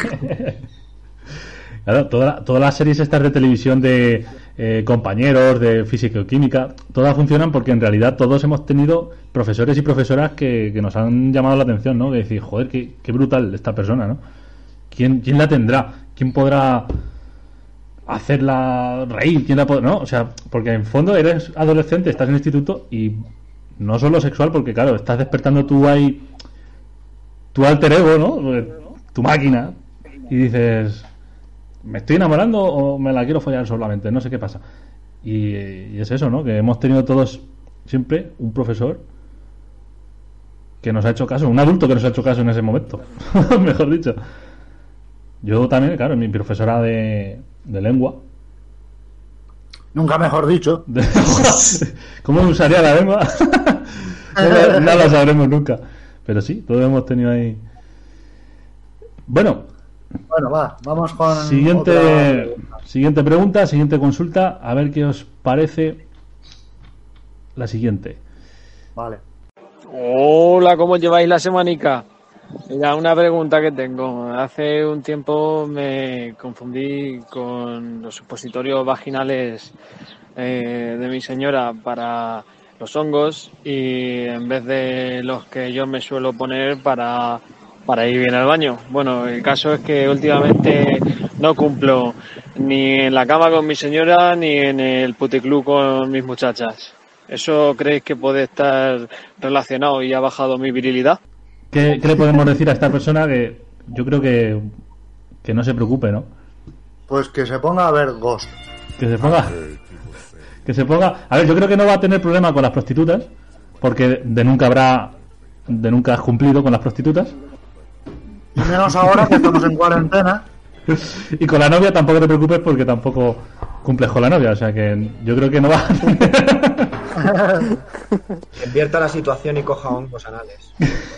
Claro, todas las series estas de televisión de compañeros, de física o química, todas funcionan porque en realidad todos hemos tenido profesores y profesoras que nos han llamado la atención, ¿no? Que decir, joder, qué brutal esta persona, ¿no? ¿Quién la tendrá? ¿Quién podrá hacerla reír? ¿Quién la podrá...? No, o sea, porque en fondo eres adolescente, estás en el instituto y no solo sexual, porque claro, estás despertando tu alter ego, ¿no? Tu máquina, y dices... ¿Me estoy enamorando o me la quiero follar solamente? No sé qué pasa. Y es eso, ¿no? Que hemos tenido todos siempre un profesor que nos ha hecho caso, un adulto que nos ha hecho caso en ese momento, mejor dicho. Yo también, claro, mi profesora de lengua. Nunca mejor dicho. ¿Cómo usaría la lengua? No lo sabremos nunca. Pero sí, todos hemos tenido ahí. Bueno, vamos con siguiente pregunta, siguiente consulta. A ver qué os parece la siguiente. Vale. Hola, ¿cómo lleváis la semanica? Mira, una pregunta que tengo. Hace un tiempo me confundí con los supositorios vaginales de mi señora para los hongos y en vez de los que yo me suelo poner para ir bien al baño. Bueno, el caso es que últimamente no cumplo ni en la cama con mi señora ni en el puticlub con mis muchachas. ¿Eso creéis que puede estar relacionado y ha bajado mi virilidad? ¿Qué le podemos decir a esta persona? Que yo creo que no se preocupe, ¿no? Pues que se ponga a ver Ghost. Que se ponga. A ver, yo creo que no va a tener problema con las prostitutas, porque de nunca has cumplido con las prostitutas. Y menos ahora que estamos en cuarentena. Y con la novia tampoco te preocupes porque tampoco cumples con la novia, o sea que yo creo que no va a tener... Invierta la situación y coja hongos anales.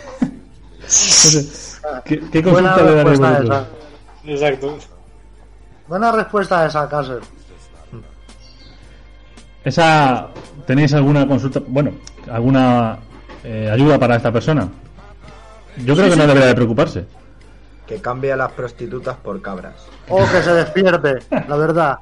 ¿Qué consulta le daré vosotros? Exacto. Buena respuesta esa, Cáceres. ¿Tenéis alguna consulta? Bueno, alguna ayuda para esta persona? Yo creo que no debería de preocuparse. Que cambie a las prostitutas por cabras. O que se despierte, la verdad.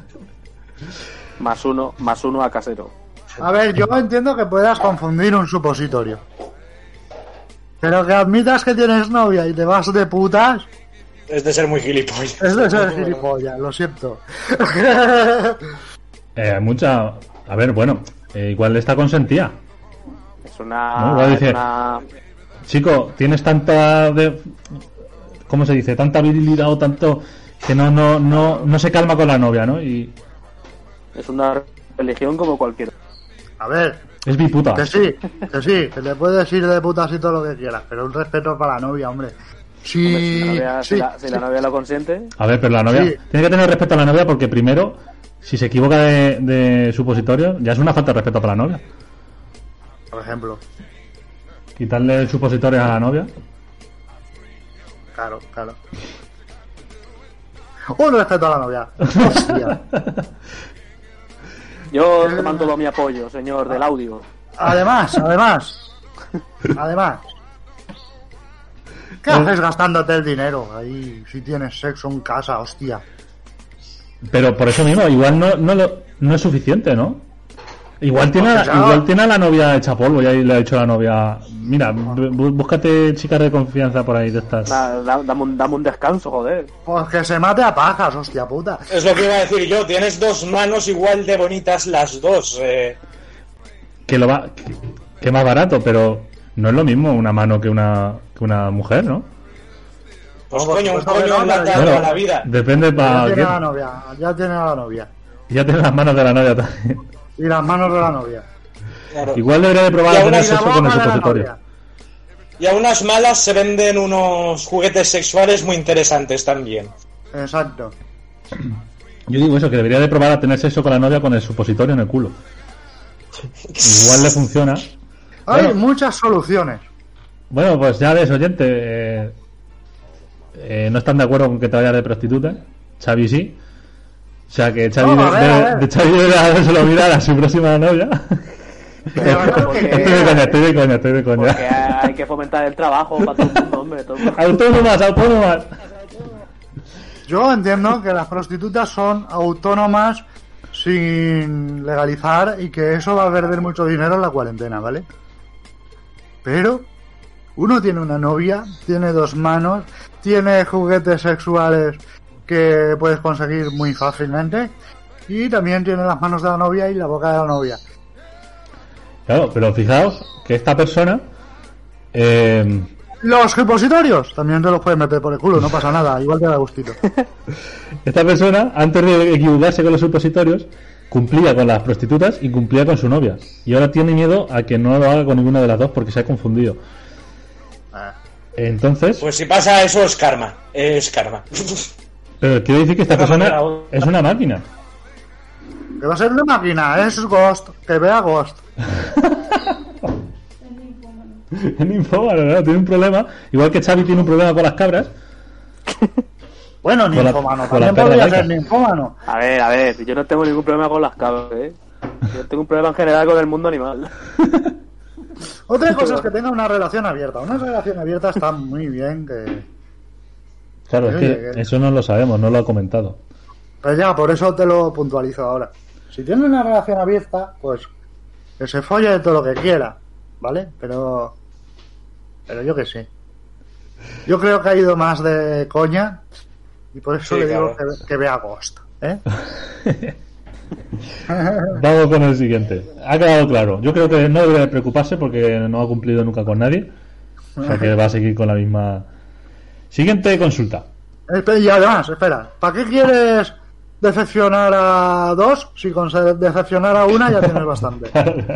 Más uno a casero. A ver, yo entiendo que puedas confundir un supositorio. Pero que admitas que tienes novia y te vas de putas... Es de ser muy gilipollas. Es de ser gilipollas, lo siento. Mucha... A ver, bueno, igual está consentida. Es una... ¿No? Igual dice, chico, tienes tanta... ¿Cómo se dice? Tanta virilidad o tanto... Que no se calma con la novia, ¿no? Y... Es una religión como cualquiera. A ver... Es biputa. Que sí, que le puedes ir de putas y todo lo que quieras, pero un respeto para la novia, hombre. Sí, si la novia lo consiente. A ver, pero la novia tiene que tener respeto a la novia porque primero, si se equivoca de supositorio, ya es una falta de respeto para la novia. Por ejemplo. Quitarle el supositorio a la novia. Claro. Un respeto a la novia. Hostia. Yo te mando todo mi apoyo, señor del audio. Además. ¿Qué haces gastándote el dinero ahí si tienes sexo en casa, hostia? Pero por eso mismo, igual no es suficiente, ¿no? Igual tiene a la novia hecha polvo y ahí le ha dicho a la novia, mira, búscate chicas de confianza por ahí de estas. Dame un descanso, joder. Pues que se mate a pajas, hostia puta. Es lo que iba a decir yo, tienes dos manos igual de bonitas las dos. Que es más barato, pero no es lo mismo una mano que una mujer, ¿no? Pues coño, un coño en la vida. Depende para... Ya tiene a la novia. Ya tiene las manos de la novia también. Y las manos de la novia. Claro. Igual debería de probar a tener sexo con el supositorio. Y a unas malas se venden unos juguetes sexuales muy interesantes también. Exacto. Yo digo eso, que debería de probar a tener sexo con la novia con el supositorio en el culo. Igual le funciona. Hay muchas soluciones. Bueno, pues ya ves, oyente, no están de acuerdo con que te vayas de prostituta. Xavi sí. O sea que Xavi de Xavi debe dárselo mirar a su próxima novia. Estoy de coña. Porque hay que fomentar el trabajo para todo el mundo, hombre. Autónomas. Yo entiendo que las prostitutas son autónomas sin legalizar y que eso va a perder mucho dinero en la cuarentena, ¿vale? Pero uno tiene una novia, tiene dos manos, tiene juguetes sexuales que puedes conseguir muy fácilmente y también tiene las manos de la novia y la boca de la novia. Claro, pero fijaos que esta persona... Los supositorios también te los puedes meter por el culo, no pasa nada, igual te da gustito. Esta persona, antes de equivocarse con los supositorios, cumplía con las prostitutas y cumplía con su novia. Y ahora tiene miedo a que no lo haga con ninguna de las dos porque se ha confundido. Entonces, Pues si pasa eso es karma. Es karma. pero quiero decir que esta persona es una máquina. Que va a ser una máquina, es Ghost. Que vea Ghost. Es ninfómano, ¿no? Tiene un problema. Igual que Xavi tiene un problema con las cabras. Bueno, Con la- ninfómano. con la También perra podría laica. ser ninfómano. A ver, yo no tengo ningún problema con las cabras, ¿eh? Yo tengo un problema en general con el mundo animal. Otra cosa es que tenga una relación abierta. Una relación abierta está muy bien. Claro, es Oye, que eso no lo sabemos, no lo ha comentado. Pues ya, por eso te lo puntualizo ahora. Si tiene una relación abierta, pues que se folle de todo lo que quiera, ¿vale? Pero yo que sé. Yo creo que ha ido más de coña y por eso Sí, le digo claro. que vea Ghost, ¿eh? Vamos con el siguiente. Ha quedado claro. Yo creo que no debería preocuparse porque no ha cumplido nunca con nadie. O sea que va a seguir con la misma. Siguiente consulta. Y además, espera, ¿para qué quieres decepcionar a dos? Si con decepcionar a una ya tienes bastante.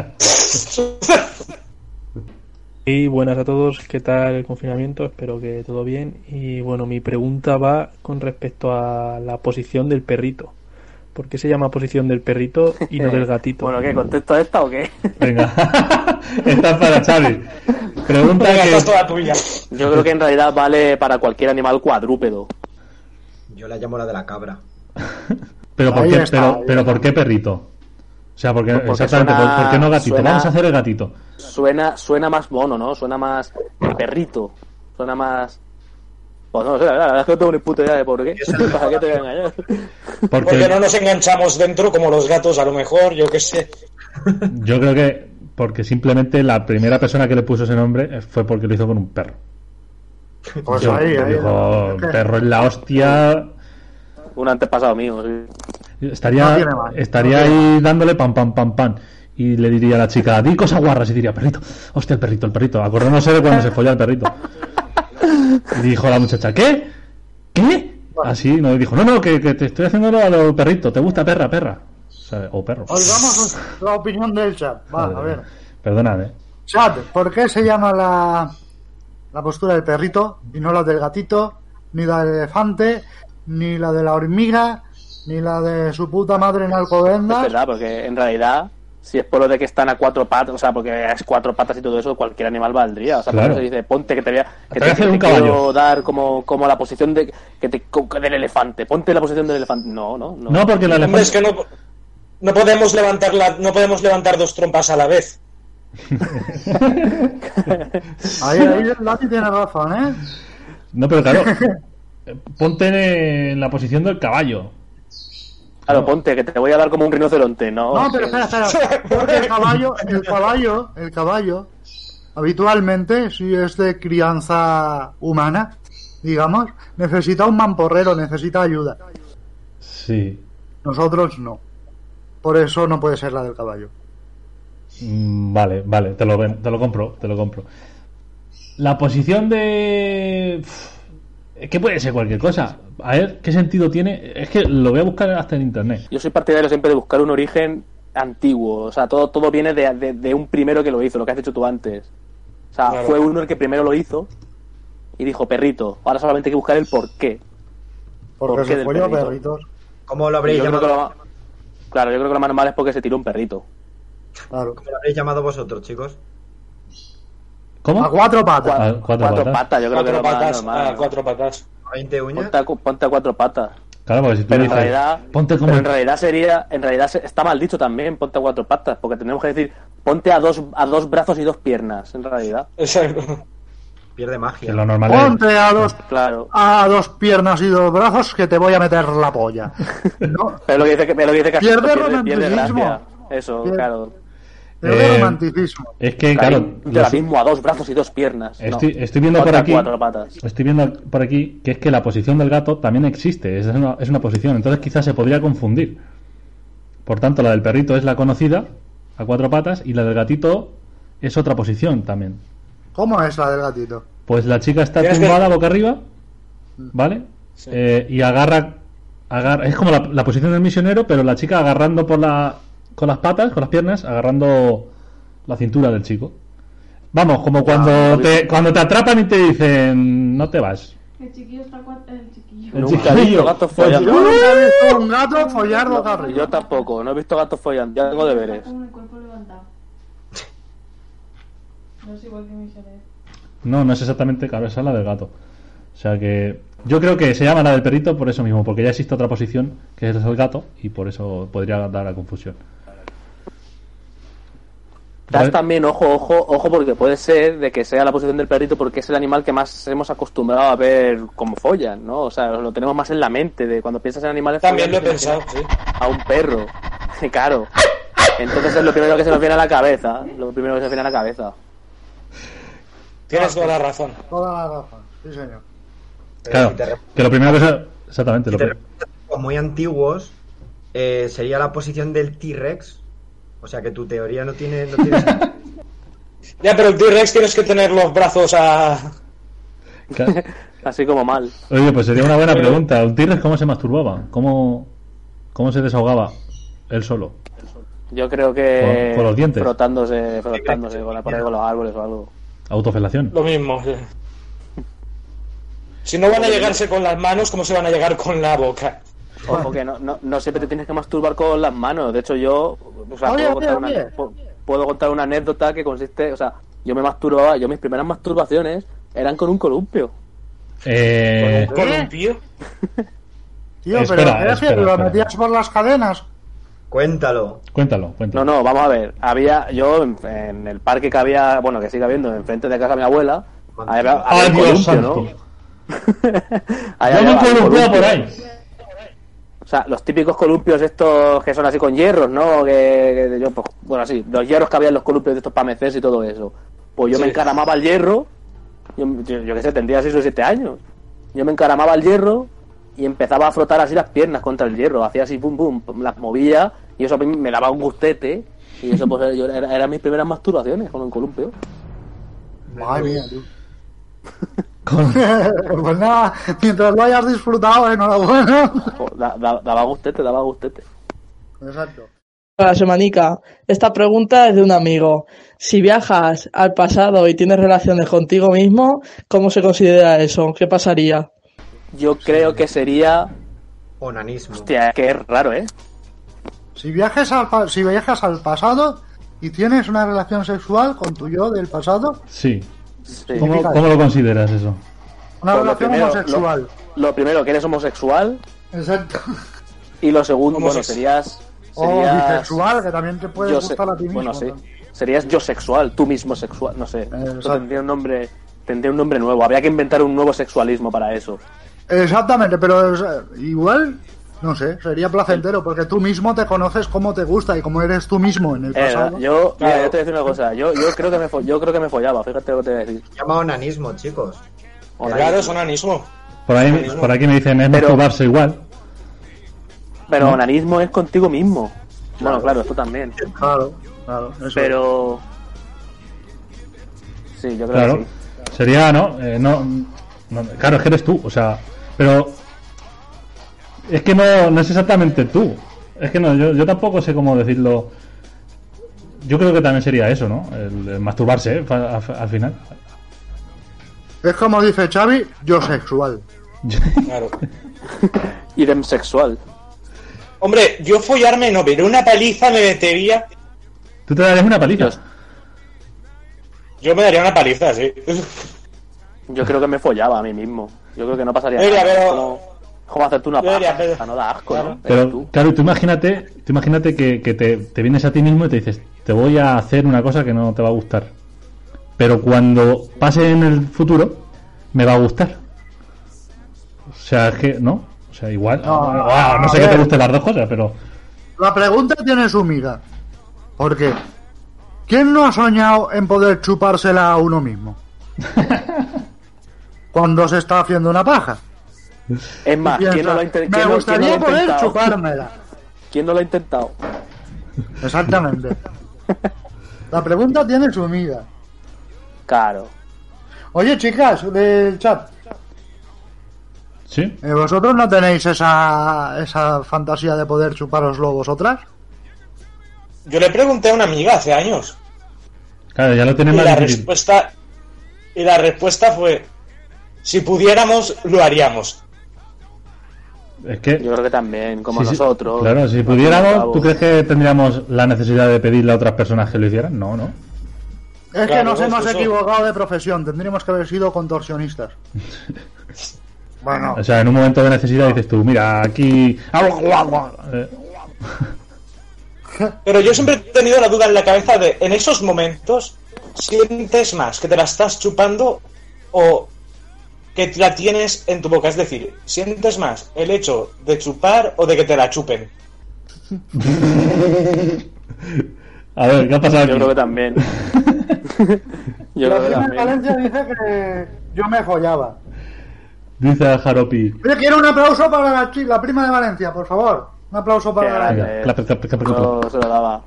Y buenas a todos, ¿qué tal el confinamiento? Espero que todo bien. Y bueno, mi pregunta va con respecto a la posición del perrito. ¿Por qué se llama posición del perrito y no del gatito? Bueno, ¿qué? ¿Contesto a esta o qué? Venga. Esta es para Xavi. Pregunta Venga, esta es que. toda tuya. Yo creo que en realidad vale para cualquier animal cuadrúpedo. Yo la llamo la de la cabra. Pero ¿por Ahí qué, está, pero, ahí pero está. ¿por qué perrito? O sea, porque, Porque exactamente, suena- ¿por qué no gatito? suena- Vamos a hacer el gatito. Suena más mono, ¿no? Suena más perrito. Suena más... Pues no sé, la verdad es que no tengo ni puta idea de por qué. ¿Para qué te voy a engañar? Porque no nos enganchamos dentro como los gatos, a lo mejor, yo qué sé. Yo creo que porque simplemente la primera persona que le puso ese nombre fue porque lo hizo con un perro. Pues Yo- ahí, dijo, es que- perro es la hostia. Un antepasado mío, sí. Estaría, No tiene más, estaría no tiene ahí dándole pam, pam, pam, pam. Y le diría a la chica, di cosas guarras. Y diría, perrito, hostia, el perrito. Acordándose de cuando se folló al perrito. Y dijo la muchacha, ¿qué? ¿Qué? Así, no, y dijo, no, que te estoy haciéndolo a los perritos. ¿Te gusta perra? O sea, o perro. Oigamos la opinión del chat. Va, a ver. Perdonad, Chat, ¿por qué se llama la postura del perrito y no la del gatito, ni la del elefante, ni la de la hormiga, ni la de su puta madre en Es Alcobendas? verdad, porque en realidad, si es por lo de que están a cuatro patas, o sea, porque es cuatro patas y todo eso, cualquier animal valdría. O sea, Claro. por eso se dice, ponte que te voy a, Te voy a hacer un quiero caballo. dar como la posición de del elefante. Ponte la posición del elefante. No. No, porque la Hombre, es elefante... que no podemos levantar dos trompas a la vez. Ahí el Lati tiene razón, ¿eh? No, pero claro, ponte en la posición del caballo. Claro, ponte que te voy a dar como un rinoceronte, ¿no? No, pero espera. Porque el caballo, habitualmente, si es de crianza humana, digamos, necesita un mamporrero, necesita ayuda. Sí. Nosotros no. Por eso no puede ser la del caballo. Vale, te lo compro. La posición de... ¿Qué puede ser cualquier cosa? A ver, ¿qué sentido tiene? Es que lo voy a buscar hasta en internet. Yo soy partidario siempre de buscar un origen antiguo. O sea, todo viene de un primero que lo hizo, lo que has dicho tú antes. O sea, Claro. fue uno el que primero lo hizo y dijo, perrito. Ahora solamente hay que buscar el porqué. Porque ¿Por qué se del folló perrito? perritos. ¿Cómo lo Y habréis yo creo que llamado? Claro, yo creo que lo más normal es porque se tiró un perrito. Claro. ¿Cómo lo habréis llamado vosotros, chicos? ¿Cómo? A cuatro patas. A cuatro patas. yo creo que Cuatro lo más patas, normal. ¿no? cuatro patas. ¿A 20 uñas? Ponte a cuatro patas. Claro, porque si tú Pero en dices, realidad, ponte como... pero en realidad está mal dicho también, ponte a cuatro patas, porque tenemos que decir, ponte a dos brazos y dos piernas, en realidad. Exacto. Pierde Que magia. lo normal es... Ponte Claro. a dos piernas y dos brazos que te voy a meter la polla. No, Pero lo que dice Castro, Pierde pierde romanticismo. gracia. Eso, Pierde- claro. de romanticismo. Es que, claro... Yo ahora mismo a dos brazos y dos piernas. No. Estoy viendo Ponte por a aquí... cuatro patas. Estoy viendo por aquí que es que la posición del gato también existe, es una posición, entonces quizás se podría confundir. Por tanto, la del perrito es la conocida, a cuatro patas, y la del gatito es otra posición también. ¿Cómo es la del gatito? Pues la chica está Tienes tumbada boca arriba, ¿vale? Y agarra... Es como la posición del misionero, pero la chica agarrando con las patas, con las piernas, agarrando la cintura del chico. Vamos, como cuando te atrapan y te dicen, no te vas. El chiquillo está el chiquillo. El Nunca he visto gatos follando. Yo nunca he visto un gato follar boca arriba. Yo tampoco, no he visto gatos follando. Ya tengo deberes. Con el cuerpo levantado. No es igual que mi soledad. No es exactamente cabeza la del gato. O sea que yo creo que se llama la del perrito por eso mismo, porque ya existe otra posición que es el gato y por eso podría dar la confusión. Das también, ojo, porque puede ser de que sea la posición del perrito porque es el animal que más hemos acostumbrado a ver como follan, ¿no? O sea, lo tenemos más en la mente de cuando piensas en animales. También lo he pensado, sí. A un perro, claro. Entonces es lo primero que se nos viene a la cabeza. Tienes toda la razón. Toda la razón, sí señor. Claro, que lo primero que se... Exactamente. Muy antiguos, sería la posición del T-Rex. O sea que tu teoría no tiene Ya, pero el T-Rex tienes que tener los brazos así como mal. Oye, pues sería una buena pregunta. ¿Un T-Rex cómo se masturbaba? ¿Cómo se desahogaba él solo? Yo creo que con los dientes. Frotándose por ahí con los árboles o algo. Autofelación. Lo mismo. Sí. Si no van a llegarse con las manos, ¿cómo se van a llegar con la boca? Ojo que no siempre te tienes que masturbar con las manos. De hecho, yo puedo contar una anécdota que consiste, o sea, yo mis primeras masturbaciones eran con un columpio. ¿Con un columpio? Tío, pero ¿lo metías por las cadenas? Cuéntalo. No, vamos a ver. Había yo en el parque que había, bueno, que sigue habiendo enfrente de casa de mi abuela, había un columpio, ¿no? Yo me columpio por ahí. O sea, los típicos columpios estos que son así con hierros, ¿no? Que yo, pues, bueno, sí, los hierros que había en los columpios de estos para mecerse y todo eso. Pues yo me encaramaba al hierro, yo qué sé, tendría 6 o 7 años. Yo me encaramaba al hierro y empezaba a frotar así las piernas contra el hierro, hacía así pum, las movía y eso me daba un gustete y eso pues eran mis primeras masturbaciones con un columpio. Madre mía, tú. Pues nada, mientras lo hayas disfrutado, enhorabuena. Daba gustete. Exacto. Hola, Semanica. Esta pregunta es de un amigo. Si viajas al pasado y tienes relaciones contigo mismo, ¿cómo se considera eso? ¿Qué pasaría? Yo creo que sería... onanismo. Hostia, que es raro, ¿eh? Si viajas al pasado y tienes una relación sexual con tu yo del pasado... Sí. ¿Cómo lo consideras eso? Una pues relación homosexual. Lo primero, que eres homosexual. Exacto. Y lo segundo, bueno, serías o bisexual, que también te puede gustar a ti mismo. Bueno, sí. Serías yo sexual, tú mismo sexual, no sé. Eso tendría un nombre nuevo. Habría que inventar un nuevo sexualismo para eso. Exactamente, pero igual, no sé, sería placentero, porque tú mismo te conoces cómo te gusta y cómo eres tú mismo en el pasado. Yo te voy a decir una cosa, yo creo que me follaba, fíjate lo que te voy a decir. Se llama onanismo, chicos. Claro, es onanismo. Por aquí me dicen, es masturbarse igual. Pero ¿no? Onanismo es contigo mismo. Bueno, claro, esto también. Claro, eso pero... Sí, yo creo que sí. Sería, ¿no? Claro, es que eres tú, o sea... Pero... Es que no es exactamente tú. Es que no, yo tampoco sé cómo decirlo. Yo creo que también sería eso, ¿no? El masturbarse, al final. Es como dice Xavi, yo sexual. Claro. Idem sexual. Hombre, yo follarme no, pero una paliza me metería. ¿Tú te darías una paliza? Yo me daría una paliza, sí. Yo creo que me follaba a mí mismo. Yo creo que no pasaría nada. Pero... ¿Cómo hacerte una paja? No da asco, claro. ¿no? Pero, claro, tú imagínate que te vienes a ti mismo y te dices, te voy a hacer una cosa que no te va a gustar. Pero cuando pase en el futuro, me va a gustar. O sea, es que, ¿no? O sea, igual. No sé que te gusten las dos cosas, pero... La pregunta tiene su miga. ¿Por qué? ¿Quién no ha soñado en poder chupársela a uno mismo? Cuando se está haciendo una paja. Es más, ¿quién no lo ha intentado? Me gustaría poder chupármela. ¿Quién no lo ha intentado? Exactamente. La pregunta tiene su miga. Claro. Oye, chicas del chat. ¿Sí? ¿Vosotros no tenéis esa fantasía de poder chupároslo vosotras? Yo le pregunté a una amiga hace años. Claro, ya lo tienen Y más la difícil. respuesta fue: si pudiéramos, lo haríamos. Es que, Yo creo que también, como sí, nosotros. claro, si al fin y al pudiéramos, cabo. ¿tú crees que tendríamos la necesidad de pedirle a otras personas que lo hicieran? No, no. Es que Claro, nos hemos eso. equivocado de profesión. Tendríamos que haber sido contorsionistas. Bueno, O sea, en un momento de necesidad dices tú, mira, aquí... Pero yo siempre he tenido la duda en la cabeza de, en esos momentos, ¿sientes más que te la estás chupando o que la tienes en tu boca? Es decir, ¿sientes más el hecho de chupar o de que te la chupen? A ver, ¿qué ha pasado aquí? Yo creo que también. Yo creo que la prima de también. Valencia dice que yo me follaba. Dice a Jaropi. Oye, quiero un aplauso para la prima de Valencia, por favor. Un aplauso para Qué Valencia. grande. Clap, clap, clap, clap, clap. Yo se lo daba.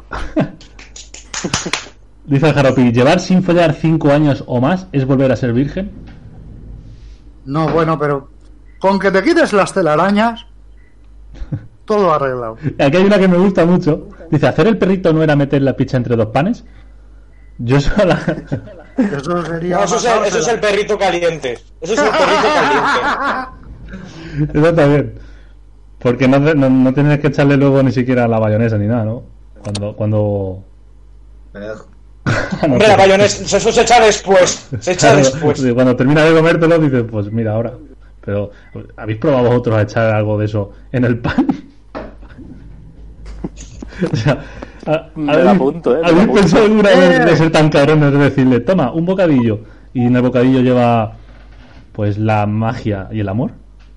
Dice el Jaropi, ¿llevar sin follar 5 años o más es volver a ser virgen? No, bueno, pero con que te quites las telarañas, todo arreglado. Aquí hay una que me gusta mucho. Dice, ¿hacer el perrito no era meter la picha entre dos panes? Yo sola... Eso sería... No, eso es el perrito caliente. Eso es el perrito caliente. Eso también. Porque no tienes que echarle luego ni siquiera la mayonesa ni nada, ¿no? Cuando... Hombre, la mayonesa, eso se echa después. Se echa después. Sí, cuando terminas de comértelo dices, pues mira, ahora. Pero, ¿habéis probado vosotros a echar algo de eso en el pan? O sea, Me la apunto, me la ¿habéis apunto. pensado alguna vez de ser tan cabrones de decirle, toma, un bocadillo? Y en el bocadillo lleva, pues, la magia y el amor.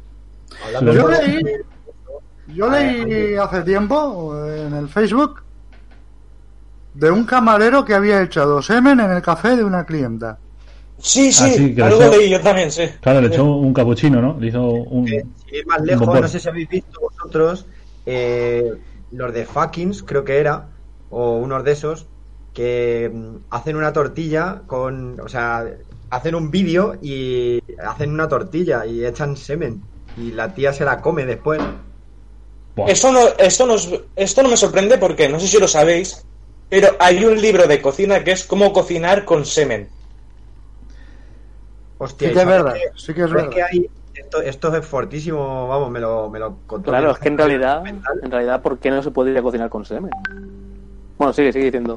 Yo leí hace tiempo en el Facebook de un camarero que había echado semen en el café de una clienta. Sí, Ah, sí, que algo le echó- leí yo también, sí. Claro, le echó un capuchino, ¿no? Le hizo un... Sin ir más un lejos, bombón. no sé si habéis visto vosotros los de Fuckings, creo que era, o unos de esos, que hacen una tortilla con, o sea, hacen un vídeo y hacen una tortilla y echan semen y la tía se la come después. Buah. Esto no me sorprende porque, no sé si lo sabéis, pero hay un libro de cocina que es cómo cocinar con semen. Hostia, Sí ¿y que es sabes verdad, qué? sí que es ¿Sabes verdad. qué hay? Esto es fortísimo, vamos, me lo contó. Claro, mi es que en realidad, ¿por qué no se podría cocinar con semen? Bueno, sigue diciendo.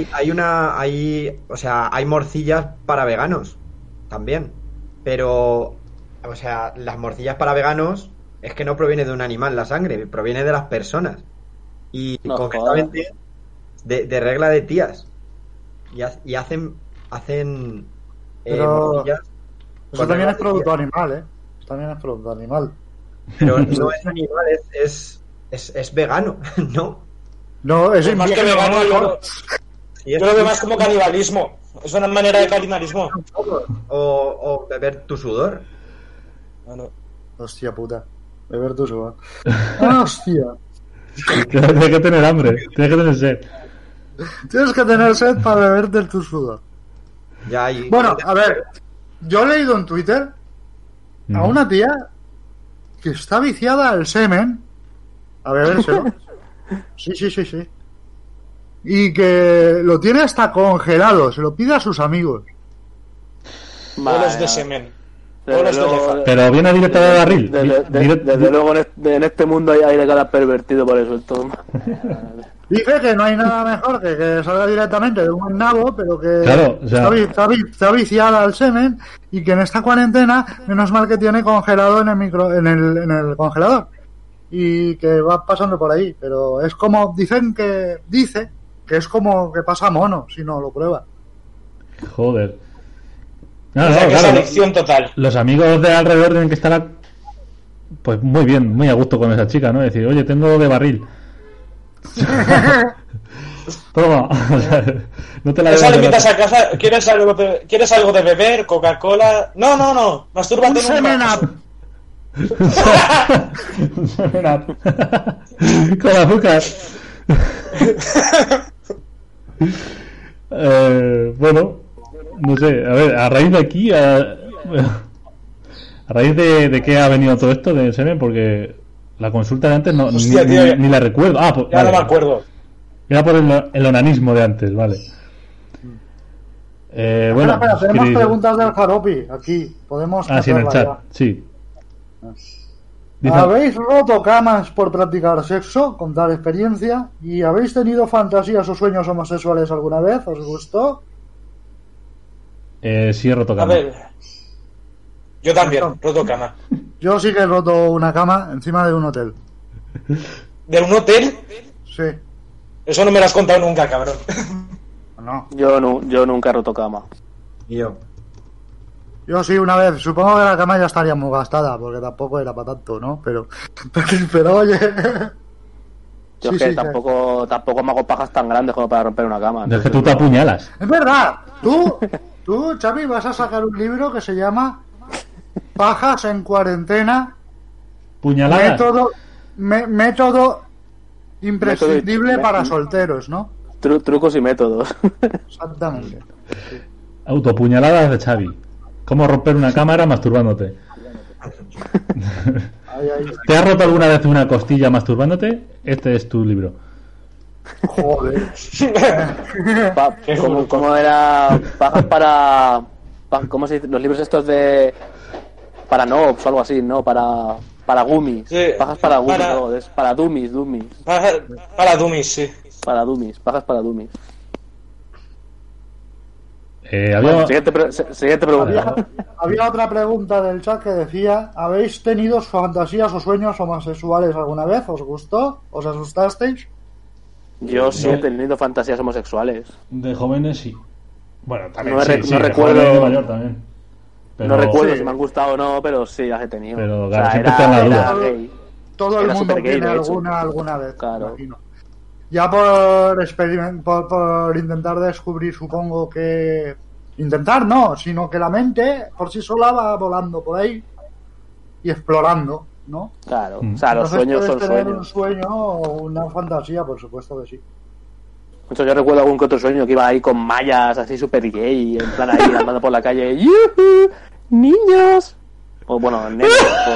O sea, hay morcillas para veganos también, pero, o sea, las morcillas para veganos es que no proviene de un animal la sangre, proviene de las personas y No concretamente de regla de tías y hacen Pero morcillas eso con también regla es de producto tías. animal, ¿eh? También es producto animal. Pero no es animal, es vegano, ¿no? No, es Pues más que invierno, vegano, ¿no? Y es yo lo veo más como canibalismo. Es una manera de canibalismo. o beber tu sudor. Bueno, Hostia puta. Beber tu sudor. Hostia. Tienes que tener hambre, tienes que tener sed. Tienes que tener sed para beberte tu sudor. Ya hay. Bueno, a ver. Yo he leído en Twitter a una tía que está viciada al semen a bebérselo. Sí. Y que lo tiene hasta congelado, se lo pide a sus amigos. bolos de semen. Desde Bolos de luego- elefante. Pero viene directo de barril. Desde luego en este mundo hay de cada pervertido por eso. Esto. Dice que no hay nada mejor que salga directamente de un nabo, pero que Claro, o sea- está viciada al semen y que en esta cuarentena, menos mal que tiene congelado en el congelador y que va pasando por ahí, pero es como dice que es como que pasa mono si no lo prueba. Joder. O sea, que es claro, adicción total. los amigos de alrededor tienen que estar pues muy bien, muy a gusto con esa chica, ¿no? Decir, oye, tengo de barril. Toma. O sea, no te la Esa le debes invitas a casa, ¿quieres algo de beber? ¿Coca-Cola? No, mastúrbate Un en un semen vaso. up. Con azúcar. Bueno, no sé, a ver, a raíz de aquí, a raíz de qué ha venido todo esto de semen, porque la consulta de antes Hostia, tío, ni la recuerdo. Ah, pues, Ya vale, no me acuerdo. era por el onanismo de antes, vale. Bueno, espera, tenemos escribe- preguntas del Jaropi aquí. Podemos Ah, sí, en el hacerla chat, sí. ya. Dice- ¿Habéis roto camas por practicar sexo? Contar experiencia. ¿Y habéis tenido fantasías o sueños homosexuales alguna vez? ¿Os gustó? Sí, he roto A cama. ver. Yo también, roto cama. Yo sí que he roto una cama encima de un hotel. ¿De un hotel? Sí. Eso no me lo has contado nunca, cabrón. No. Yo nunca he roto cama. Y yo. Yo sí, una vez. Supongo que la cama ya estaría muy gastada, porque tampoco era para tanto, ¿no? Pero oye. Yo Sí, es que sí, tampoco me hago pajas tan grandes como para romper una cama. Es que tú te apuñalas. Es verdad. Tú, Xavi, vas a sacar un libro que se llama Pajas en cuarentena. Puñaladas. Método imprescindible Método- para solteros, ¿no? Trucos y métodos. Exactamente. Autopuñaladas de Xavi. ¿Cómo romper una cámara masturbándote? Ahí. ¿Te has roto alguna vez una costilla masturbándote? Este es tu libro. Joder. ¿Cómo era? Pajas ¿cómo se dice? Los libros estos de... Para noobs o algo así, ¿no? Para gummies. Sí, Pajas para gummies, para- no, es para dummies. Para dummies, sí. Para dummies, pajas para dummies. Había... Bueno, siguiente pregunta. Había otra pregunta del chat que decía: ¿habéis tenido fantasías o sueños homosexuales alguna vez? ¿Os gustó? ¿Os asustasteis? Yo sí No. he tenido fantasías homosexuales. De jóvenes sí. Bueno, también No sí, re- sí, no de recuerdo- joven y de mayor también. Pero- No recuerdo Sí. si me han gustado o no, pero sí las he tenido. Pero, O claro, sea, siempre te dan la duda. era gay. Todo el Era mundo supergay, tiene de hecho. alguna vez, Claro. imagino. Ya por intentar descubrir, supongo que... Intentar no, sino que la mente por sí sola va volando por ahí y explorando, ¿no? Claro, o sea, los Entonces sueños puedes son tener sueños. un sueño o una fantasía, por supuesto que sí. De hecho, yo recuerdo algún que otro sueño que iba ahí con mallas, así super gay, en plan ahí andando por la calle. ¡Yuhu! ¡Niños! O bueno, negros.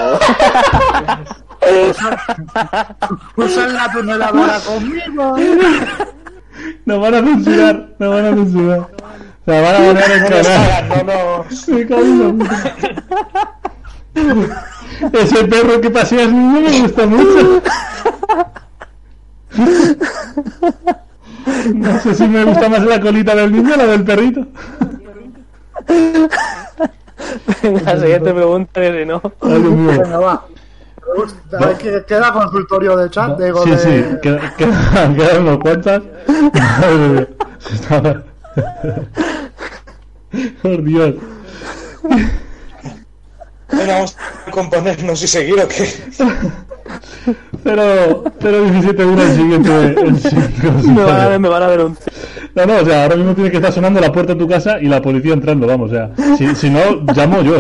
Usa la tuneladora conmigo. Nos van a censurar, nos van a censurar. La van a poner en canal. Me cago en la puta. Ese perro que paseas, niño, me gusta mucho. No sé si me gusta más la colita del niño o la del perrito. La siguiente pregunta es si no. Ay, Dios mío. Venga, va. Queda consultorio de chat. Digo, Sí, de... sí, quedan unos cuantas. Madre mía. Estaba- Por Dios. Bueno, vamos a componernos y seguir o qué. 017 el siguiente. Me van a ver un... No, o sea, ahora mismo tiene que estar sonando la puerta de tu casa y la policía entrando, vamos, o sea, si no, llamo yo,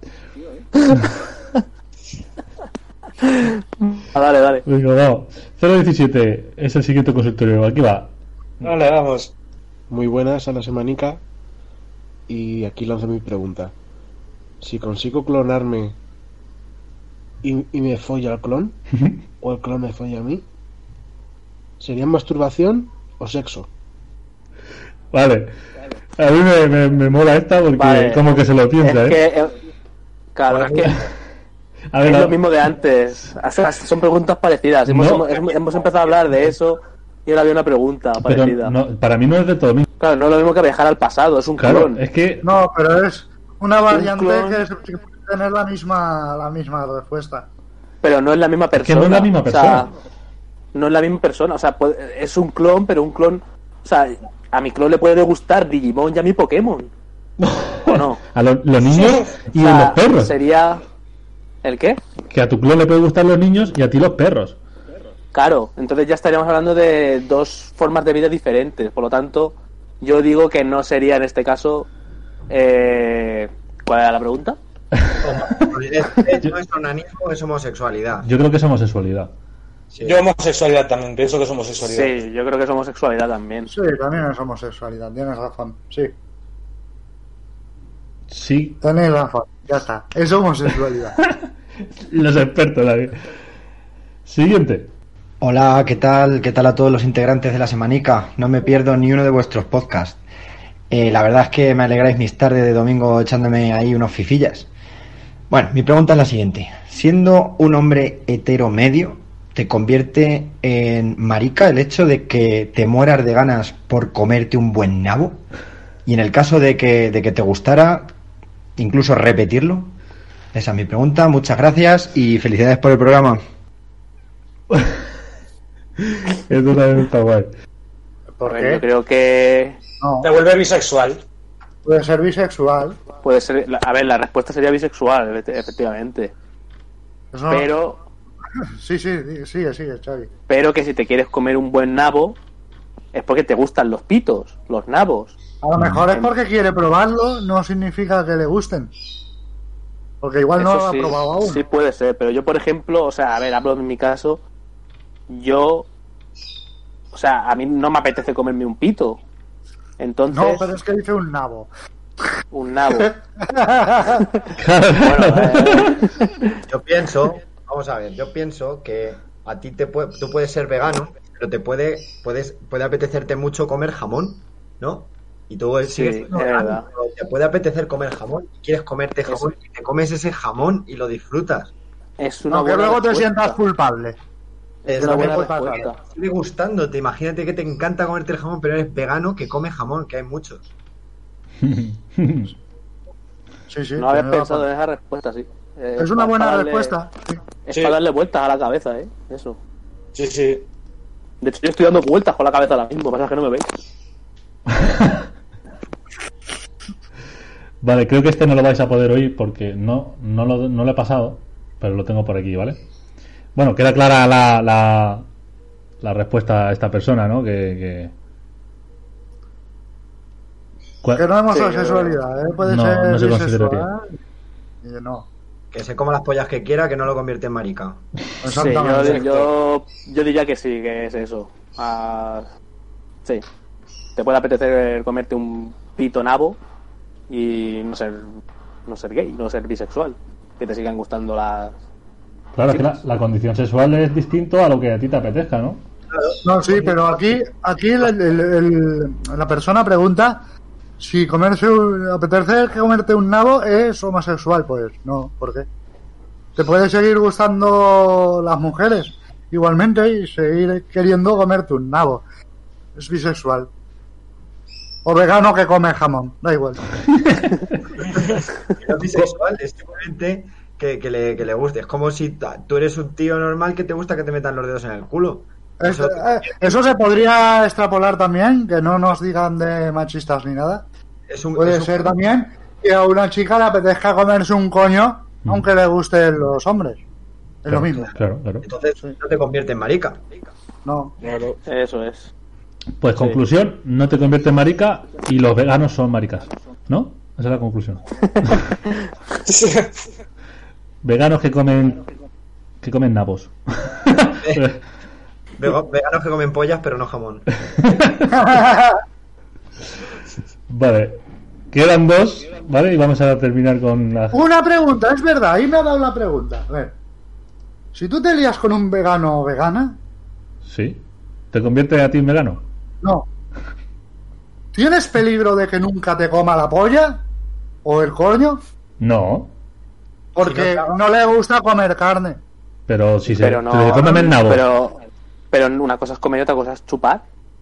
Dale. Venga, vamos. 017 es el siguiente consultorio, aquí va. Vale, vamos. Muy buenas a la semanica. Y aquí lanzo mi pregunta. Si consigo clonarme y me folla el clon, o el clon me folla a mí, ¿sería masturbación o sexo? Vale. A mí me mola esta porque Vale. como que se lo piensa, Es que, claro, es que A ver, es a- lo mismo de antes. O sea, son preguntas parecidas. No. Hemos empezado a hablar de eso y ahora había una pregunta pero parecida. no, para mí no es de todo mismo. Claro, no es lo mismo que viajar al pasado, es un Claro, clon. es que No, pero es una variante clon. que puede tener la misma respuesta. Pero no es la misma persona. no es la misma O sea, persona. no es la misma persona. O sea, es un clon, pero un clon. O sea, a mi clon le puede gustar Digimon y a mi Pokémon. ¿O no? a los niños y O sea, los perros. Sería. ¿El qué? Que a tu clon le puede gustar los niños y a ti los perros. Claro, entonces ya estaríamos hablando de dos formas de vida diferentes. Por lo tanto, yo digo que no sería en este caso. ¿Cuál era la pregunta? ¿No es onanismo o es homosexualidad? Yo creo que es homosexualidad. Sí. Yo homosexualidad también, pienso que es homosexualidad. Sí, yo creo que es homosexualidad también. Sí, también es homosexualidad, tienes razón. Sí, Sí, tenéis razón, ya está. Es homosexualidad. los expertos, David. Siguiente. Hola, ¿qué tal? ¿Qué tal a todos los integrantes de la Semanica? No me pierdo ni uno de vuestros podcasts. La verdad es que me alegráis mis tardes de domingo echándome ahí unos fifillas. Bueno, mi pregunta es la siguiente. Siendo un hombre hetero medio, ¿te convierte en marica el hecho de que te mueras de ganas por comerte un buen nabo? Y en el caso de que te gustara, incluso repetirlo. Esa es mi pregunta. Muchas gracias y felicidades por el programa. Esto también está guay. ¿Por Yo creo que No, Te vuelve bisexual. puede ser bisexual. puede ser. A ver, la respuesta sería bisexual, efectivamente. Eso no- Pero, Sí, sigue, Xavi. pero que si te quieres comer un buen nabo, es porque te gustan los pitos, los nabos. A lo mejor es porque quiere probarlo, no significa que le gusten. Porque igual no Eso lo ha sí, probado aún. sí puede ser, pero yo, por ejemplo, o sea, a ver, hablo de mi caso, yo, o sea, a mí no me apetece comerme un pito. Entonces, No, pero es que dice un nabo. un nabo. Yo pienso, vamos a ver, yo pienso que a ti tú puedes ser vegano, pero puede apetecerte mucho comer jamón, ¿no? Y tú Sí, sigues es siendo vegano, verdad. pero te puede apetecer comer jamón, y quieres comerte jamón, y te comes ese jamón y lo disfrutas. Es una Aunque buena luego te respuesta. sientas culpable. Es una lo que buena puede pasar. respuesta. Sigue gustándote, imagínate que te encanta comerte el jamón, pero eres vegano que come jamón, que hay muchos. Sí, No había tiene pensado razón. en esa respuesta, sí. Es una buena respuesta. Sí. Es Sí. para darle vueltas a la cabeza, eso. Sí, sí. De hecho, yo estoy dando vueltas con la cabeza ahora mismo, pasa que no me veis. Vale, creo que este no lo vais a poder oír porque no lo he pasado, pero lo tengo por aquí, ¿vale? Bueno, queda clara la respuesta a esta persona, ¿no? ¿Cuál? Que no hemos Sí, sexualidad, ¿eh? Puede No, ser no se bisexual. consideraría. Y no. Que se coma las pollas que quiera, que no lo convierte en marica. Sí, Exactamente. yo diría que sí, que es eso. Sí. Te puede apetecer comerte un pito nabo y no ser gay, no ser bisexual. Que te sigan gustando las... Claro, es que la condición sexual es distinto a lo que a ti te apetezca, ¿no? No, sí, pero aquí la persona pregunta si apetecer que comerte un nabo es homosexual. Pues no, ¿por qué? Te puede seguir gustando las mujeres igualmente y seguir queriendo comerte un nabo. Es bisexual. O vegano que come jamón, da igual. No es bisexual, es simplemente que le guste. Es como si tú eres un tío normal que te gusta que te metan los dedos en el culo. Eso se podría extrapolar también, que no nos digan de machistas ni nada. Puede ser también que a una chica le apetezca comerse un coño, aunque le gusten los hombres. Es lo mismo. Claro. Entonces no te convierte en marica. No. Claro. Eso es. Pues conclusión, no te convierte en marica y los veganos son maricas, ¿no? Esa es la conclusión. Veganos que comen nabos. Veganos que comen pollas, pero no jamón. Vale, quedan dos, ¿vale? Y vamos a terminar con la... Una pregunta, es verdad, ahí me ha dado la pregunta. A ver, si tú te lías con un vegano o vegana, ¿Sí? ¿Te convierte a ti en vegano? no. ¿Tienes peligro de que nunca te coma la polla? ¿O el coño? No, Porque no le gusta comer carne. pero si se Pero no. te come el nabo. Pero una cosa es comer y otra cosa es chupar.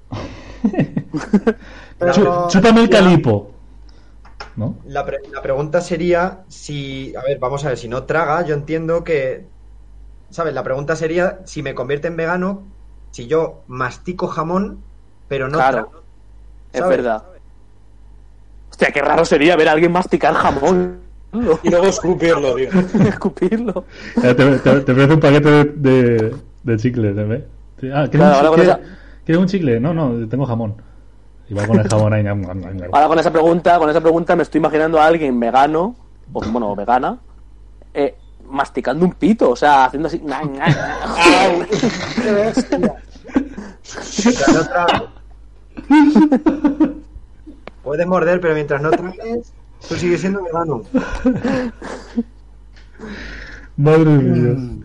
Chúpame el calipo. ¿No? La pregunta sería si... A ver, vamos a ver, si no traga, yo entiendo que... ¿Sabes? La pregunta sería si me convierte en vegano, si yo mastico jamón, pero no Claro. trago. Es ¿Sabes? verdad. Hostia, qué raro sería ver a alguien masticar jamón. Y luego escupirlo, tío. Escupirlo. Te ofrece un paquete de chicles, ¿eh? Ah, ¿quieres, Claro, ahora con ¿quieres un chicle? No, tengo jamón. Y va con el jamón ahí. Ahora con esa pregunta me estoy imaginando a alguien vegano, o bueno, vegana, masticando un pito, o sea, haciendo así. ¡Qué bestia! Mientras no tragues. Puedes morder, pero mientras no tragues, tú sigues siendo vegano. Madre mía.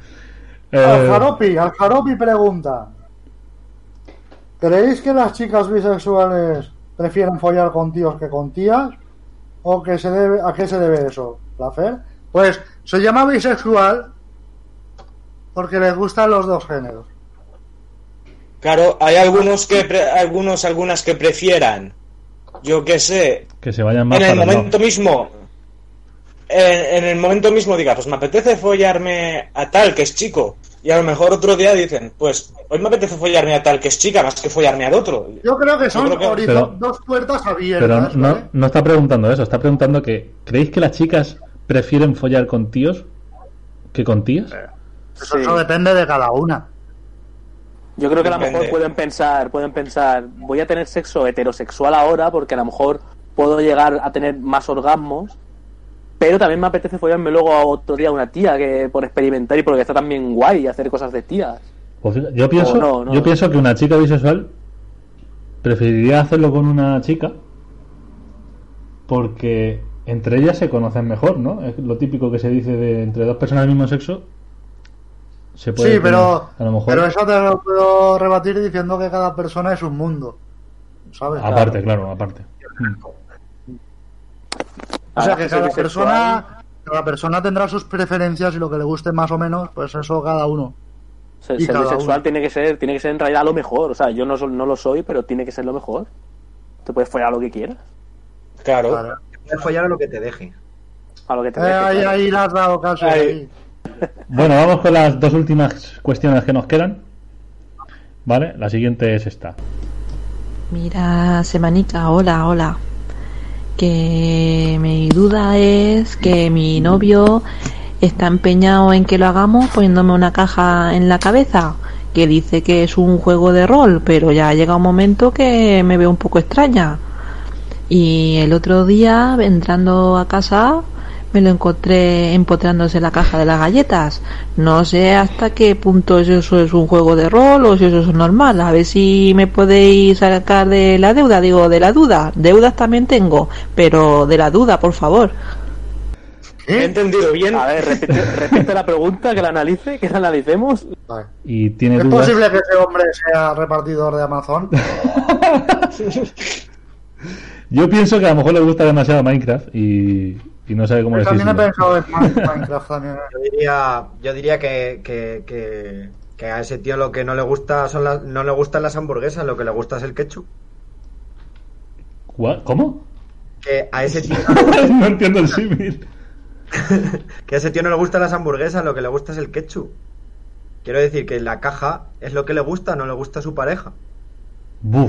Al Jaropi pregunta: ¿creéis que las chicas bisexuales prefieren follar con tíos que con tías? ¿O que se debe, a qué se debe eso? ¿Placer? Pues se llama bisexual porque les gustan los dos géneros. Claro, hay algunas que prefieran, yo qué sé, Que se vayan más en el para momento mismo, en el momento mismo diga, pues me apetece follarme a tal que es chico, y a lo mejor otro día dicen, pues hoy me apetece follarme a tal que es chica más que follarme al otro. Yo creo que son Pero- dos puertas Pero abiertas. no, ¿vale? no está preguntando eso, está preguntando que ¿creéis que las chicas prefieren follar con tíos que con tías? Eso depende de cada una. Yo creo que a lo Depende. mejor pueden pensar, voy a tener sexo heterosexual ahora porque a lo mejor puedo llegar a tener más orgasmos, pero también me apetece follarme luego a otro día a una tía que por experimentar y porque está también guay hacer cosas de tías. Pues fíjate, yo pienso, O no. yo pienso que una chica bisexual preferiría hacerlo con una chica porque entre ellas se conocen mejor, ¿no? Es lo típico que se dice de entre dos personas del mismo sexo. Se puede Sí, tener, pero a lo mejor, pero eso te lo puedo rebatir diciendo que cada persona es un mundo. ¿Sabes? aparte, claro, aparte. O sea Ahora, que si soy cada persona tendrá sus preferencias y lo que le guste más o menos, pues eso cada uno. Ser Y cada bisexual uno. tiene que ser en realidad lo mejor. O sea, yo no lo soy, pero tiene que ser lo mejor. Te puedes follar a lo que quieras. Claro. Puedes follar a lo que te deje. A lo que te deje, Ahí, claro. ahí le has dado caso. Ahí. ahí. Bueno, vamos con las dos últimas cuestiones que nos quedan. Vale, la siguiente es esta. Mira, Semanica, hola. Que mi duda es que mi novio está empeñado en que lo hagamos poniéndome una caja en la cabeza, que dice que es un juego de rol, pero ya llega un momento que me veo un poco extraña. Y el otro día, entrando a casa, me lo encontré empotrándose la caja de las galletas. No sé hasta qué punto eso es un juego de rol o si eso es normal. A ver si me podéis sacar de la deuda. Digo, de la duda. Deudas también tengo, pero de la duda, por favor. He entendido bien. A ver, repite la pregunta, que la analicemos. Y tiene ¿Es dudas. posible que ese hombre sea repartidor de Amazon? Yo pienso que a lo mejor le gusta demasiado Minecraft y no sabe cómo Yo también he decirlo. pensado en Minecraft también. Yo diría que a ese tío lo que no le gusta no le gustan las hamburguesas, lo que le gusta es el ketchup. ¿Cómo? Que a ese tío No entiendo el símil. que a ese tío no le gustan las hamburguesas, lo que le gusta es el ketchup. Quiero decir que la caja es lo que le gusta, no le gusta a su pareja. Buf.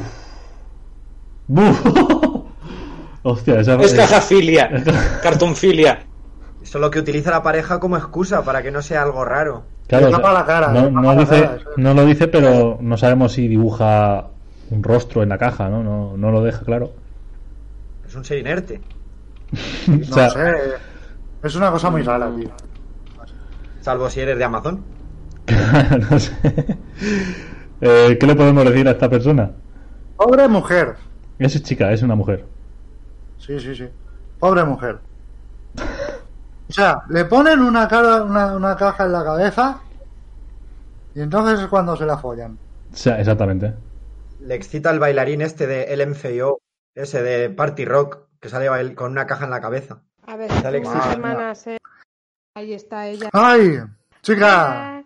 Hostia, esa Es cajafilia, cartonfilia. Eso es lo que utiliza la pareja como excusa para que no sea algo raro. Claro, Le tapa la cara, no, le tapa no la dice, cara, eso. no lo dice, pero no sabemos si dibuja un rostro en la caja, ¿no? No lo deja claro. Es un ser inerte. O sea, No sé. Es una cosa muy rara, tío. Salvo si eres de Amazon. no sé. ¿Qué le podemos decir a esta persona? Pobre mujer. Es chica, es una mujer. Sí. Pobre mujer. O sea, le ponen una caja en la cabeza y entonces es cuando se la follan. O sea, exactamente. Le excita el bailarín este de LMFAO, ese de Party Rock, que sale con una caja en la cabeza. A ver, Sale tú, excitado. semanas, ahí está ella. ¡Ay! Chica.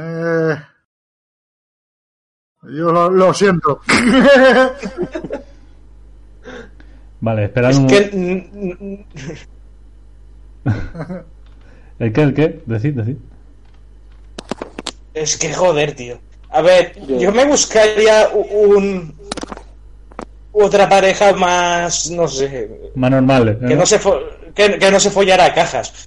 Yo lo siento. Vale, esperad Es un... que ¿El qué? Decid. Es que joder, tío. A ver, yo me buscaría otra pareja más, no sé, Más normal, ¿eh? que no se que no se follara a cajas.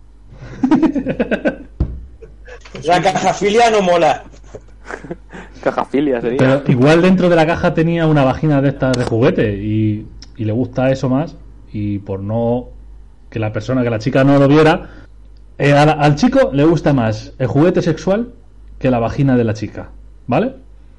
La cajafilia no mola. Cajafilia sería. Pero igual dentro de la caja tenía una vagina de estas de juguete y le gusta eso más y por no que la chica no lo viera, al chico le gusta más el juguete sexual que la vagina de la chica, ¿vale?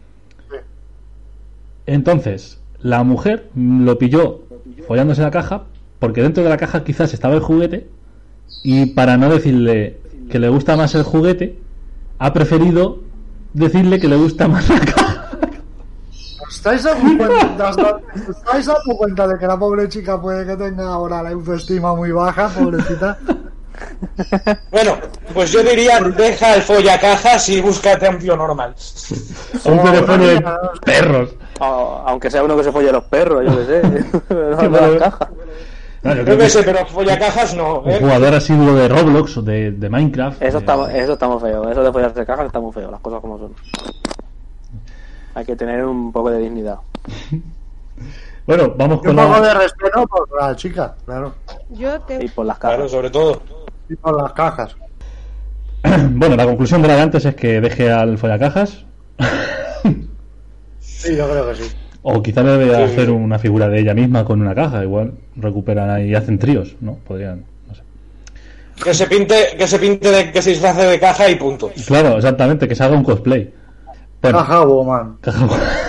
Entonces la mujer lo pilló follándose la caja porque dentro de la caja quizás estaba el juguete y para no decirle que le gusta más el juguete ha preferido decirle que le gusta más la caja. ¿Estáis dando cuenta de que la pobre chica puede que tenga ahora la autoestima muy baja, pobrecita? Bueno, pues yo diría, deja el follacajas y búscate a un tío normal. Un teléfono de perros. Aunque sea uno que se folle a los perros, yo qué sé. No, Qué las malo. cajas. No, yo Yo creo qué que sé, pero follacajas no. un jugador asiduo de Roblox o de Minecraft. Eso está muy feo. Eso de follarse cajas está muy feo. Las cosas como son. Hay que tener un poco de dignidad. Bueno, vamos Y un con poco la... de respeto por la chica, claro. Yo tengo... Y por las cajas. Claro, sobre todo. Y por las cajas. Bueno, la conclusión de la de antes es que deje al follacajas. Sí, yo creo que sí. O quizá debe Sí. hacer una figura de ella misma con una caja. Igual recuperan ahí y hacen tríos, ¿no? Podrían, no sé. Que se pinte que se disfrace de caja y punto. Claro, exactamente, que se haga un cosplay. Bueno, Caja woman. caja.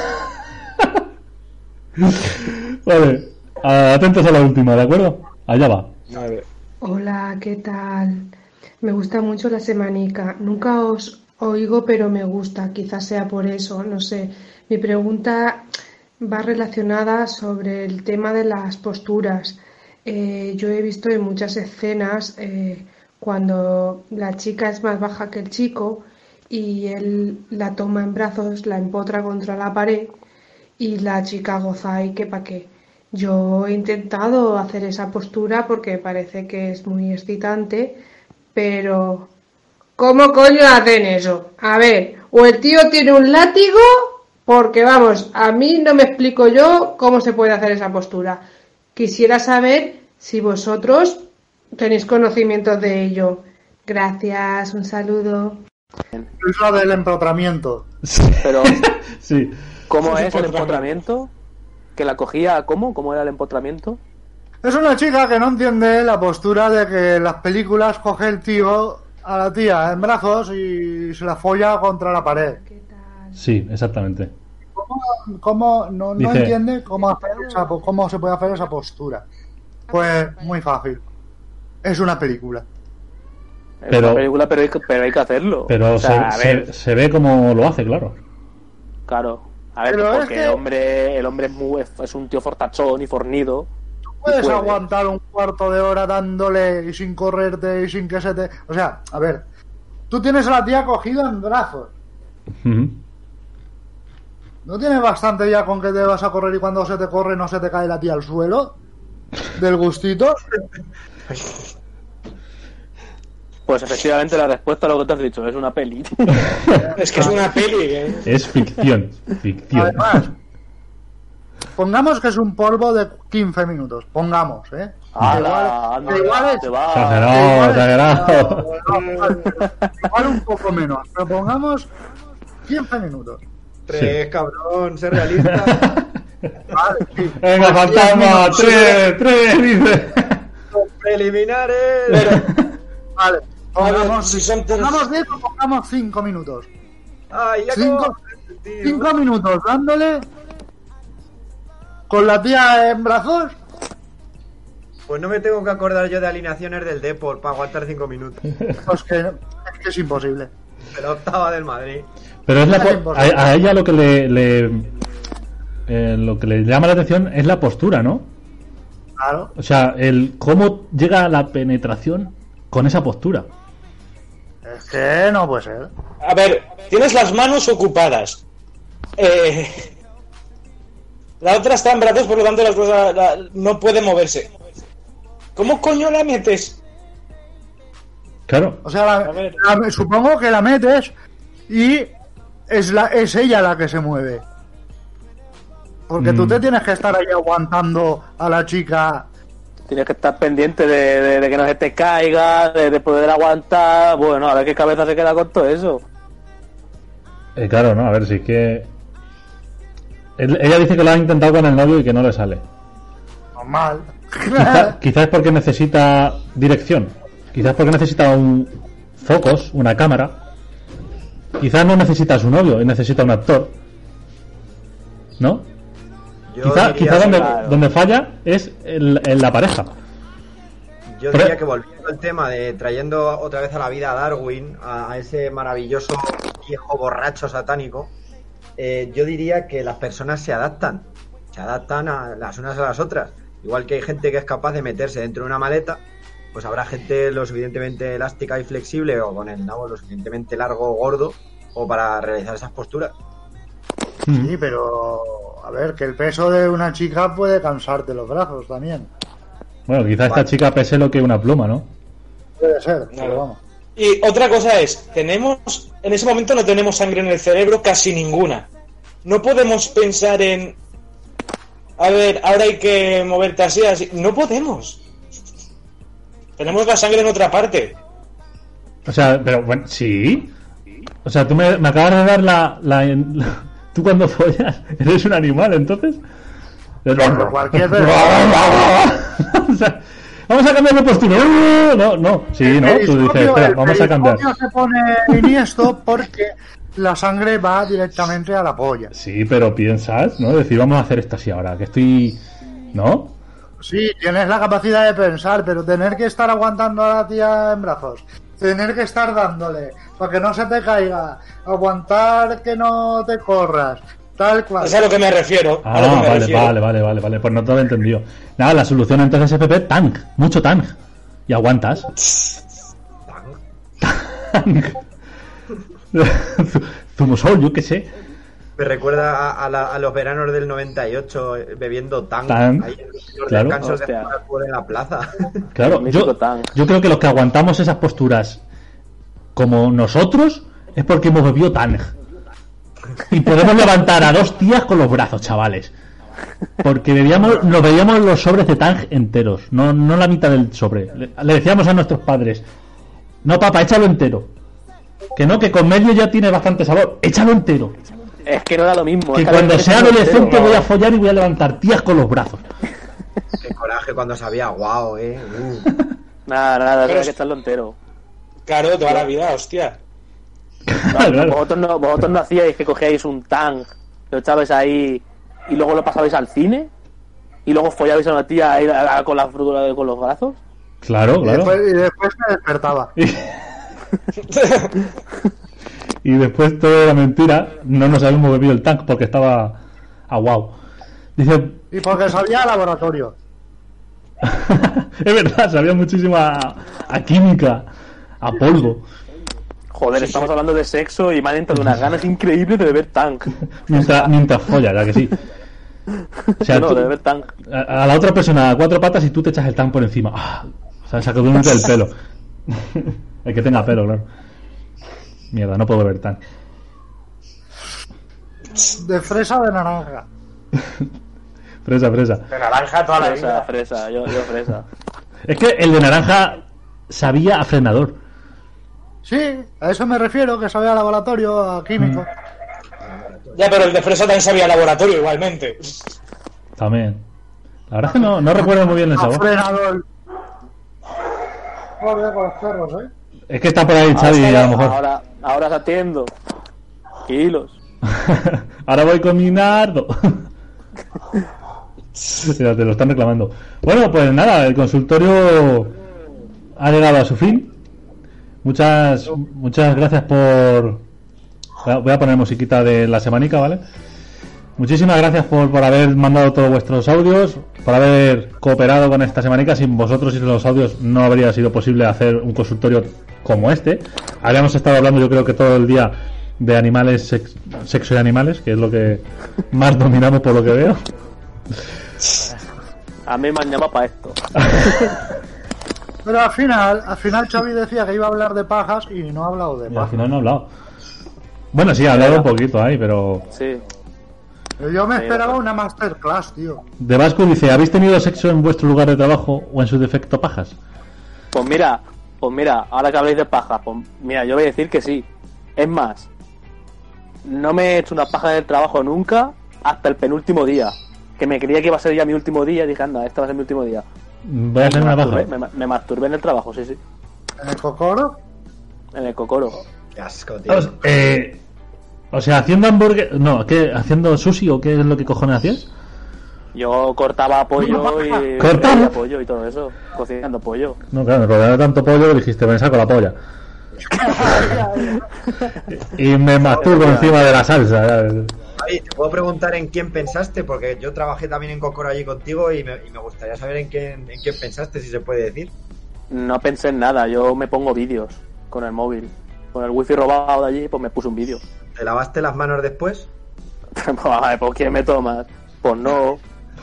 Vale, atentos a la última, ¿de acuerdo? Allá va. Hola, ¿qué tal? Me gusta mucho la semanica. Nunca os oigo, pero me gusta. Quizás sea por eso, no sé. Mi pregunta va relacionada sobre el tema de las posturas. Yo he visto en muchas escenas cuando la chica es más baja que el chico y él la toma en brazos, la empotra contra la pared y la chica goza y que pa' qué. Yo he intentado hacer esa postura porque parece que es muy excitante, pero ¿cómo coño hacen eso? A ver, o el tío tiene un látigo, porque vamos, a mí no me explico yo cómo se puede hacer esa postura. Quisiera saber si vosotros tenéis conocimiento de ello. Gracias, un saludo. Es lo del empotramiento. Pero, Sí. ¿cómo Sí, es el empotramiento. empotramiento? ¿Que la cogía cómo? ¿Cómo era el empotramiento? Es una chica que no entiende la postura de que en las películas coge el tío a la tía en brazos y se la folla contra la pared. Sí, exactamente. ¿Cómo no Dice- entiende cómo se puede hacer esa postura? Pues muy fácil. Es una película. Es Pero- una película, pero hay que hacerlo. Pero O sea, a ver, se ve como lo hace, claro. claro. A ver, Pero es porque que- el hombre es un tío fortachón y fornido. Puedes puede. aguantar un cuarto de hora dándole y sin correrte y sin que se te... O sea, a ver, tú tienes a la tía cogida en brazos. Ujú. ¿No tienes bastante ya con que te vas a correr y cuando se te corre no se te cae la tía al suelo? ¿Del gustito? Pues efectivamente la respuesta a lo que te has dicho es una peli. Es que es una peli, ¿eh? Es ficción. Ficción. Además, pongamos que es un polvo de 15 minutos. Pongamos, ¿eh? ¡Hala! anda, igual es- te va. Exagerado, exagerado. Igual un poco menos, pero pongamos 15 minutos. Tres, cabrón, ser realista. Vale, sí. Venga, Pues 10 fantasma. minutos. Tres, dice. Preliminares. Vale, pongamos, si son tres- pongamos 10 o pongamos 5 minutos. Ay, ya 5 minutos dándole con la tía en brazos. Pues no me tengo que acordar yo de alineaciones del Depor para aguantar 5 minutos. Pues que es que es imposible. De la octava del Madrid. Pero es Es imposible. a ella lo que lo que le llama la atención es la postura, ¿no? Claro. O sea, el cómo llega a la penetración con esa postura. Es que no puede ser. A ver, tienes las manos ocupadas. La otra está en brazos, por lo tanto no puede moverse. ¿Cómo coño la metes? Claro. O sea, supongo que la metes y es ella la que se mueve. Porque tú te tienes que estar ahí aguantando a la chica. Tienes que estar pendiente de que no se te caiga, de poder aguantar. Bueno, a ver qué cabeza se queda con todo eso. Claro, ¿no? A ver si es que... Ella dice que lo ha intentado con el novio y que no le sale. Normal. Quizás es porque necesita dirección. Quizás porque necesita un focos, una cámara. Quizás no necesita a su novio y necesita un actor. ¿No? Quizá donde falla es en la pareja. Yo diría que volviendo al tema de trayendo otra vez a la vida a Darwin, a ese maravilloso viejo borracho satánico, yo diría que las personas se adaptan a las unas a las otras. Igual que hay gente que es capaz de meterse dentro de una maleta, pues habrá gente lo suficientemente elástica y flexible o con el nabo lo suficientemente largo o gordo o para realizar esas posturas. Sí, pero a ver, que el peso de una chica puede cansarte los brazos también. Bueno, quizá esta chica pese lo que una pluma, ¿no? Puede ser, pero vamos. Y otra cosa es, en ese momento no tenemos sangre en el cerebro, casi ninguna. No podemos pensar en, a ver, ahora hay que moverte así. No podemos. Tenemos la sangre en otra parte. O sea, pero bueno, sí. O sea, tú me acabas de dar la tú cuando follas eres un animal, entonces. Pero cualquier o sea, vamos a cambiar de postura. No. Sí, ¿no? Tú dices, espera, vamos a cambiar. El se pone iniesto porque la sangre va directamente a la polla. Sí, pero piensas, ¿no? Decir, vamos a hacer esto así ahora, que estoy... ¿No? Sí, tienes la capacidad de pensar, pero tener que estar aguantando a la tía en brazos, tener que estar dándole para que no se te caiga, aguantar que no te corras, tal cual. Es a lo que me refiero. Vale. Pues no te lo he entendido. Nada, la solución entonces es FP, tank. Mucho tank. Y aguantas. Tank. Zumosol, yo qué sé. Me recuerda a los veranos del 98 bebiendo tank. Ahí en los claro. descansos de fútbol en la plaza. Claro, yo creo que los que aguantamos esas posturas como nosotros es porque hemos bebido tank. Y podemos levantar a 2 tías con los brazos, chavales. Porque nos veíamos los sobres de tang enteros, no la mitad del sobre. Le decíamos a nuestros padres, no papá, échalo entero. Que no, que con medio ya tiene bastante sabor, échalo entero. Es que no era lo mismo. Que cuando sea adolescente voy a follar y voy a levantar tías con los brazos. Qué coraje cuando sabía guau, Nada, tenía que echarlo entero. Claro, toda la vida, hostia. No, vosotros no hacíais que cogíais un tank, lo echabais ahí y luego lo pasabais al cine y luego follabais a una tía ahí con la fruta con los brazos. Claro. Y después me despertaba. Y después todo era mentira, no nos habíamos bebido el tank porque estaba aguau. Dice, y porque sabía a laboratorio. Es verdad, sabía muchísimo a química, a polvo. Joder, estamos hablando de sexo y me han entrado unas ganas increíbles de beber tank. mientras follas, ya que sí. O sea, de beber tank. A la otra persona a 4 patas y tú te echas el tank por encima. O sea, sacudándote el pelo. El que tenga pelo, claro. Mierda, no puedo beber tank. ¿De fresa o de naranja? Fresa. De naranja toda la vida. Fresa, yo fresa. Es que el de naranja sabía a frenador. Sí, a eso me refiero, que sabía a laboratorio, a químico. Ya, pero el de fresa también sabía a laboratorio igualmente. También. La verdad es que no recuerdo muy bien el sabor. Frenador. Joder, con los perros, Es que está por ahí Xavi, a lo mejor. Ahora se atiendo. Kilos. Ahora voy con mi nardo. Ya te lo están reclamando. Bueno, pues nada, el consultorio ha llegado a su fin. Muchas gracias por... Voy a poner musiquita de la semanica, ¿vale? Muchísimas gracias por haber mandado todos vuestros audios, por haber cooperado con esta semanica. Sin vosotros y sin los audios no habría sido posible hacer un consultorio como este. Habíamos estado hablando, yo creo que todo el día, de animales, sexo y animales, que es lo que más dominamos por lo que veo. A mí me han llamado para esto. Pero al final Xavi decía que iba a hablar de pajas y no ha hablado de pajas. Al final no ha hablado. Bueno, sí, ha hablado un poquito ahí, pero... Sí. Yo me esperaba una masterclass, tío. De Vasco dice, ¿habéis tenido sexo en vuestro lugar de trabajo o en su defecto pajas? Pues mira, ahora que habláis de pajas, pues mira, yo voy a decir que sí. Es más, no me he hecho una paja en el trabajo nunca hasta el penúltimo día. Que me creía que iba a ser ya mi último día y dije, anda, este va a ser mi último día. Voy a hacer una paja. Me masturbé en el trabajo, sí. ¿En el cocoro? En el cocoro. Qué asco, tío. O sea, haciendo hamburgues... No, ¿qué? ¿Haciendo sushi o qué es lo que cojones hacías? Yo cortaba pollo y... ¿Cortaba? pollo y todo eso. Cocinando pollo. No, claro, rodeado de tanto pollo dijiste, me saco la polla. Y me masturbo encima de la salsa. ¿sabes? Javi, te puedo preguntar en quién pensaste, porque yo trabajé también en Cocoro allí contigo y me gustaría saber en quién pensaste, si se puede decir. No pensé en nada, yo me pongo vídeos con el móvil. Con el wifi robado de allí, pues me puse un vídeo. ¿Te lavaste las manos después? ¿Por qué me tomas? Pues no.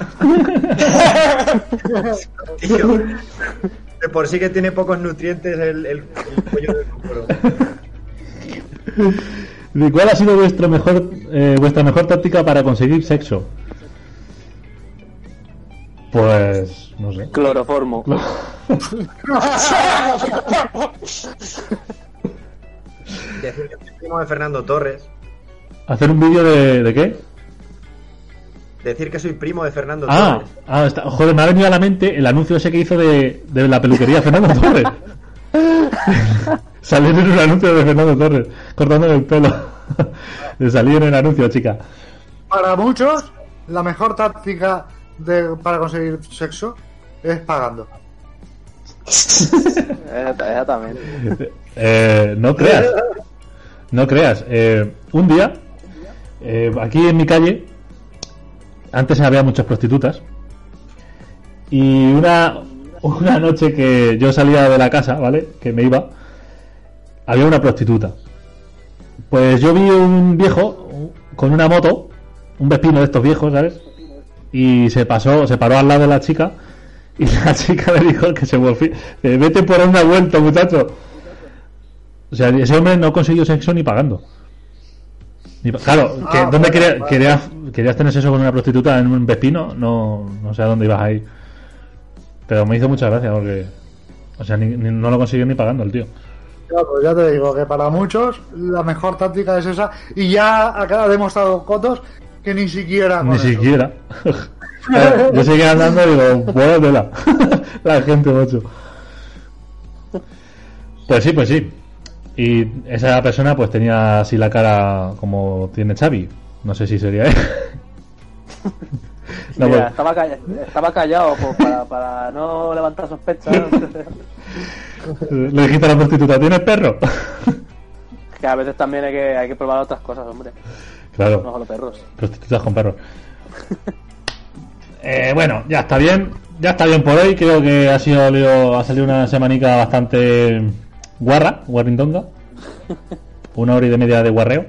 Tío, de por sí que tiene pocos nutrientes el pollo del Cocoro. ¿De cuál ha sido vuestra mejor táctica para conseguir sexo? Pues no sé. Cloroformo. Decir que soy primo de Fernando Torres. ¿Hacer un vídeo de qué? Decir que soy primo de Fernando Torres. Joder, me ha venido a la mente el anuncio ese que hizo de la peluquería Fernando Torres. Salir en un anuncio de Fernando Torres cortándole el pelo. De salir en el anuncio, chica. Para muchos, la mejor táctica para conseguir sexo es pagando. Exactamente. No creas. Un día, aquí en mi calle, antes había muchas prostitutas. Y una noche que yo salía de la casa, ¿vale? Que me iba, había una prostituta. Pues yo vi un viejo con una moto, un Vespino de estos viejos, ¿sabes? Y se paró al lado de la chica. Y la chica le dijo que se volvió. Vete por una vuelta, muchacho. O sea, ese hombre no consiguió sexo ni pagando. Claro, ¿dónde querías tener sexo con una prostituta en un Vespino? No sé a dónde ibas a ir. Pero me hizo mucha gracia porque... O sea, no lo consiguió ni pagando el tío. Claro, pues ya te digo que para muchos la mejor táctica es esa. Y ya acá ha demostrado Cotos que ni siquiera... Ni siquiera. Yo seguía andando y digo, buena tela. La gente, macho. Pues sí. Y esa persona pues tenía así la cara como tiene Xavi. No sé si sería él. No, mira, estaba callado pues, para no levantar sospechas. Le dijiste a la prostituta, ¿tienes perro? Que a veces también hay que probar otras cosas, hombre. Claro. No solo perros. Prostitutas con perros. Bueno, ya está bien por hoy. Creo que ha salido una semanica bastante guarrindonga. 1 hora y media de guarreo.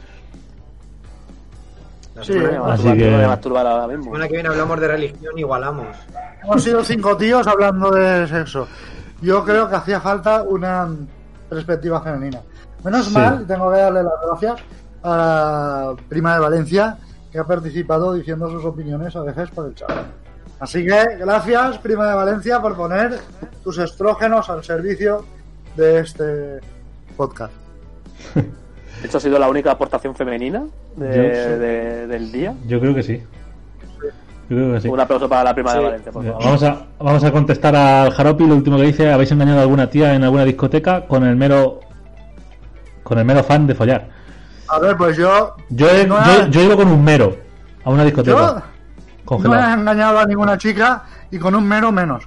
Sí, así que... La semana que viene hablamos de religión, igualamos. Hemos sido 5 tíos hablando de sexo. Yo creo que hacía falta una perspectiva femenina. Menos mal, tengo que darle las gracias a la prima de Valencia, que ha participado diciendo sus opiniones a veces por el chat. Así que gracias, prima de Valencia, por poner tus estrógenos al servicio de este podcast. De hecho, ha sido la única aportación femenina del día. Yo creo que sí. Un aplauso para la prima de Valencia, por favor. Vamos a contestar al Jaropi lo último que dice. ¿Habéis engañado a alguna tía en alguna discoteca con el mero fan de follar? A ver, pues yo he ido con un mero a una discoteca. No he engañado a ninguna chica y con un mero menos.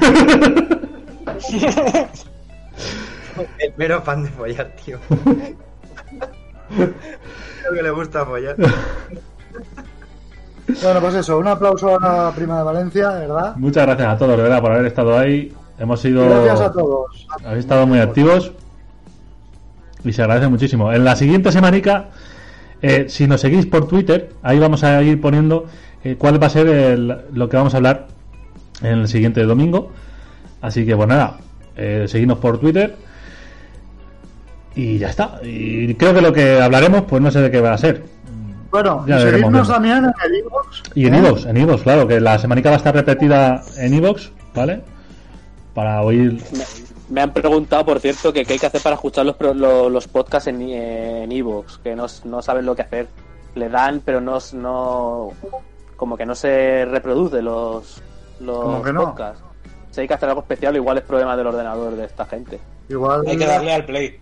El mero fan de follar, tío. Creo que le gusta follar. Bueno, pues eso, un aplauso a la prima de Valencia, ¿verdad? Muchas gracias a todos, de verdad, por haber estado ahí. Gracias a todos. Habéis estado muy activos y se agradece muchísimo. En la siguiente semanica, si nos seguís por Twitter, ahí vamos a ir poniendo cuál va a ser lo que vamos a hablar en el siguiente domingo. Así que, pues nada, seguidnos por Twitter y ya está. Y creo que lo que hablaremos, pues no sé de qué va a ser. Bueno, y seguidnos también en el iVoox. Y en iVoox, claro, que la semanica va a estar repetida en iVoox, ¿vale? Para oír... Me han preguntado, por cierto, que qué hay que hacer para escuchar los podcasts en iVoox, que no saben lo que hacer. Le dan, pero no como que no se reproduce los podcasts. Si hay que hacer algo especial, igual es problema del ordenador de esta gente. Igual hay que darle al play.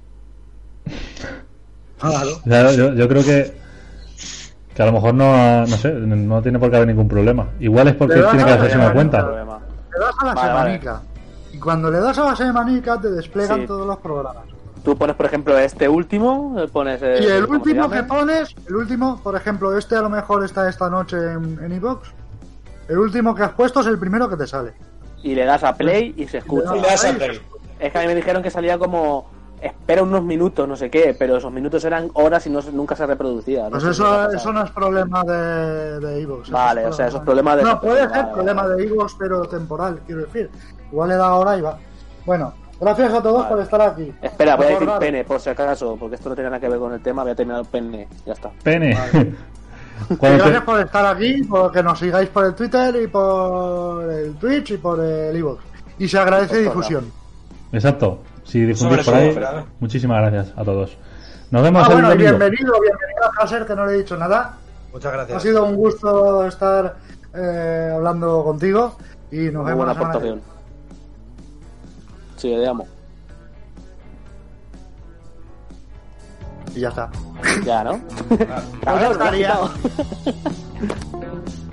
Claro, yo creo que a lo mejor no sé, no tiene por qué haber ningún problema. Igual es porque tiene que hacerse una cuenta. Le das a la semanica. Y cuando le das a la semanica te desplegan todos los programas. Tú pones, por ejemplo, este último, pones... Y el ¿cómo se último llama? que pones, el último, por ejemplo, este a lo mejor está esta noche en iVoox. El último que has puesto es el primero que te sale. Y le das a play y se escucha. Y le das a play. Es que a mí me dijeron que salía como... Espera unos minutos, no sé qué, pero esos minutos eran horas y nunca se reproducía. Pues sé si os ha pasado. eso no es problema de iVoox. Vale, o sea, eso es problema de... No, puede Vale, ser problema de iVoox, pero temporal, quiero decir. Igual le da ahora y va. Bueno, gracias a todos por estar aquí. Espera, voy a decir Recordad- pene, por si acaso, porque esto no tiene nada que ver con el tema, voy a terminar pene, ya está. Pene. Y gracias por estar aquí, por que nos sigáis por el Twitter y por el Twitch y por el iVoox. Y se agradece difusión. Exacto. Si difundís Sobre por ahí, todo, Fernando. muchísimas gracias a todos. Nos vemos el Bueno, y domingo. bienvenido a Haser, que no le he dicho nada. Muchas gracias. Ha sido un gusto estar hablando contigo y nos Muy vemos buena la semana que aportación. Sí, le amo. Y ya está. Ya, ¿no? Pues ya Cabrón, me has estaría. quitado.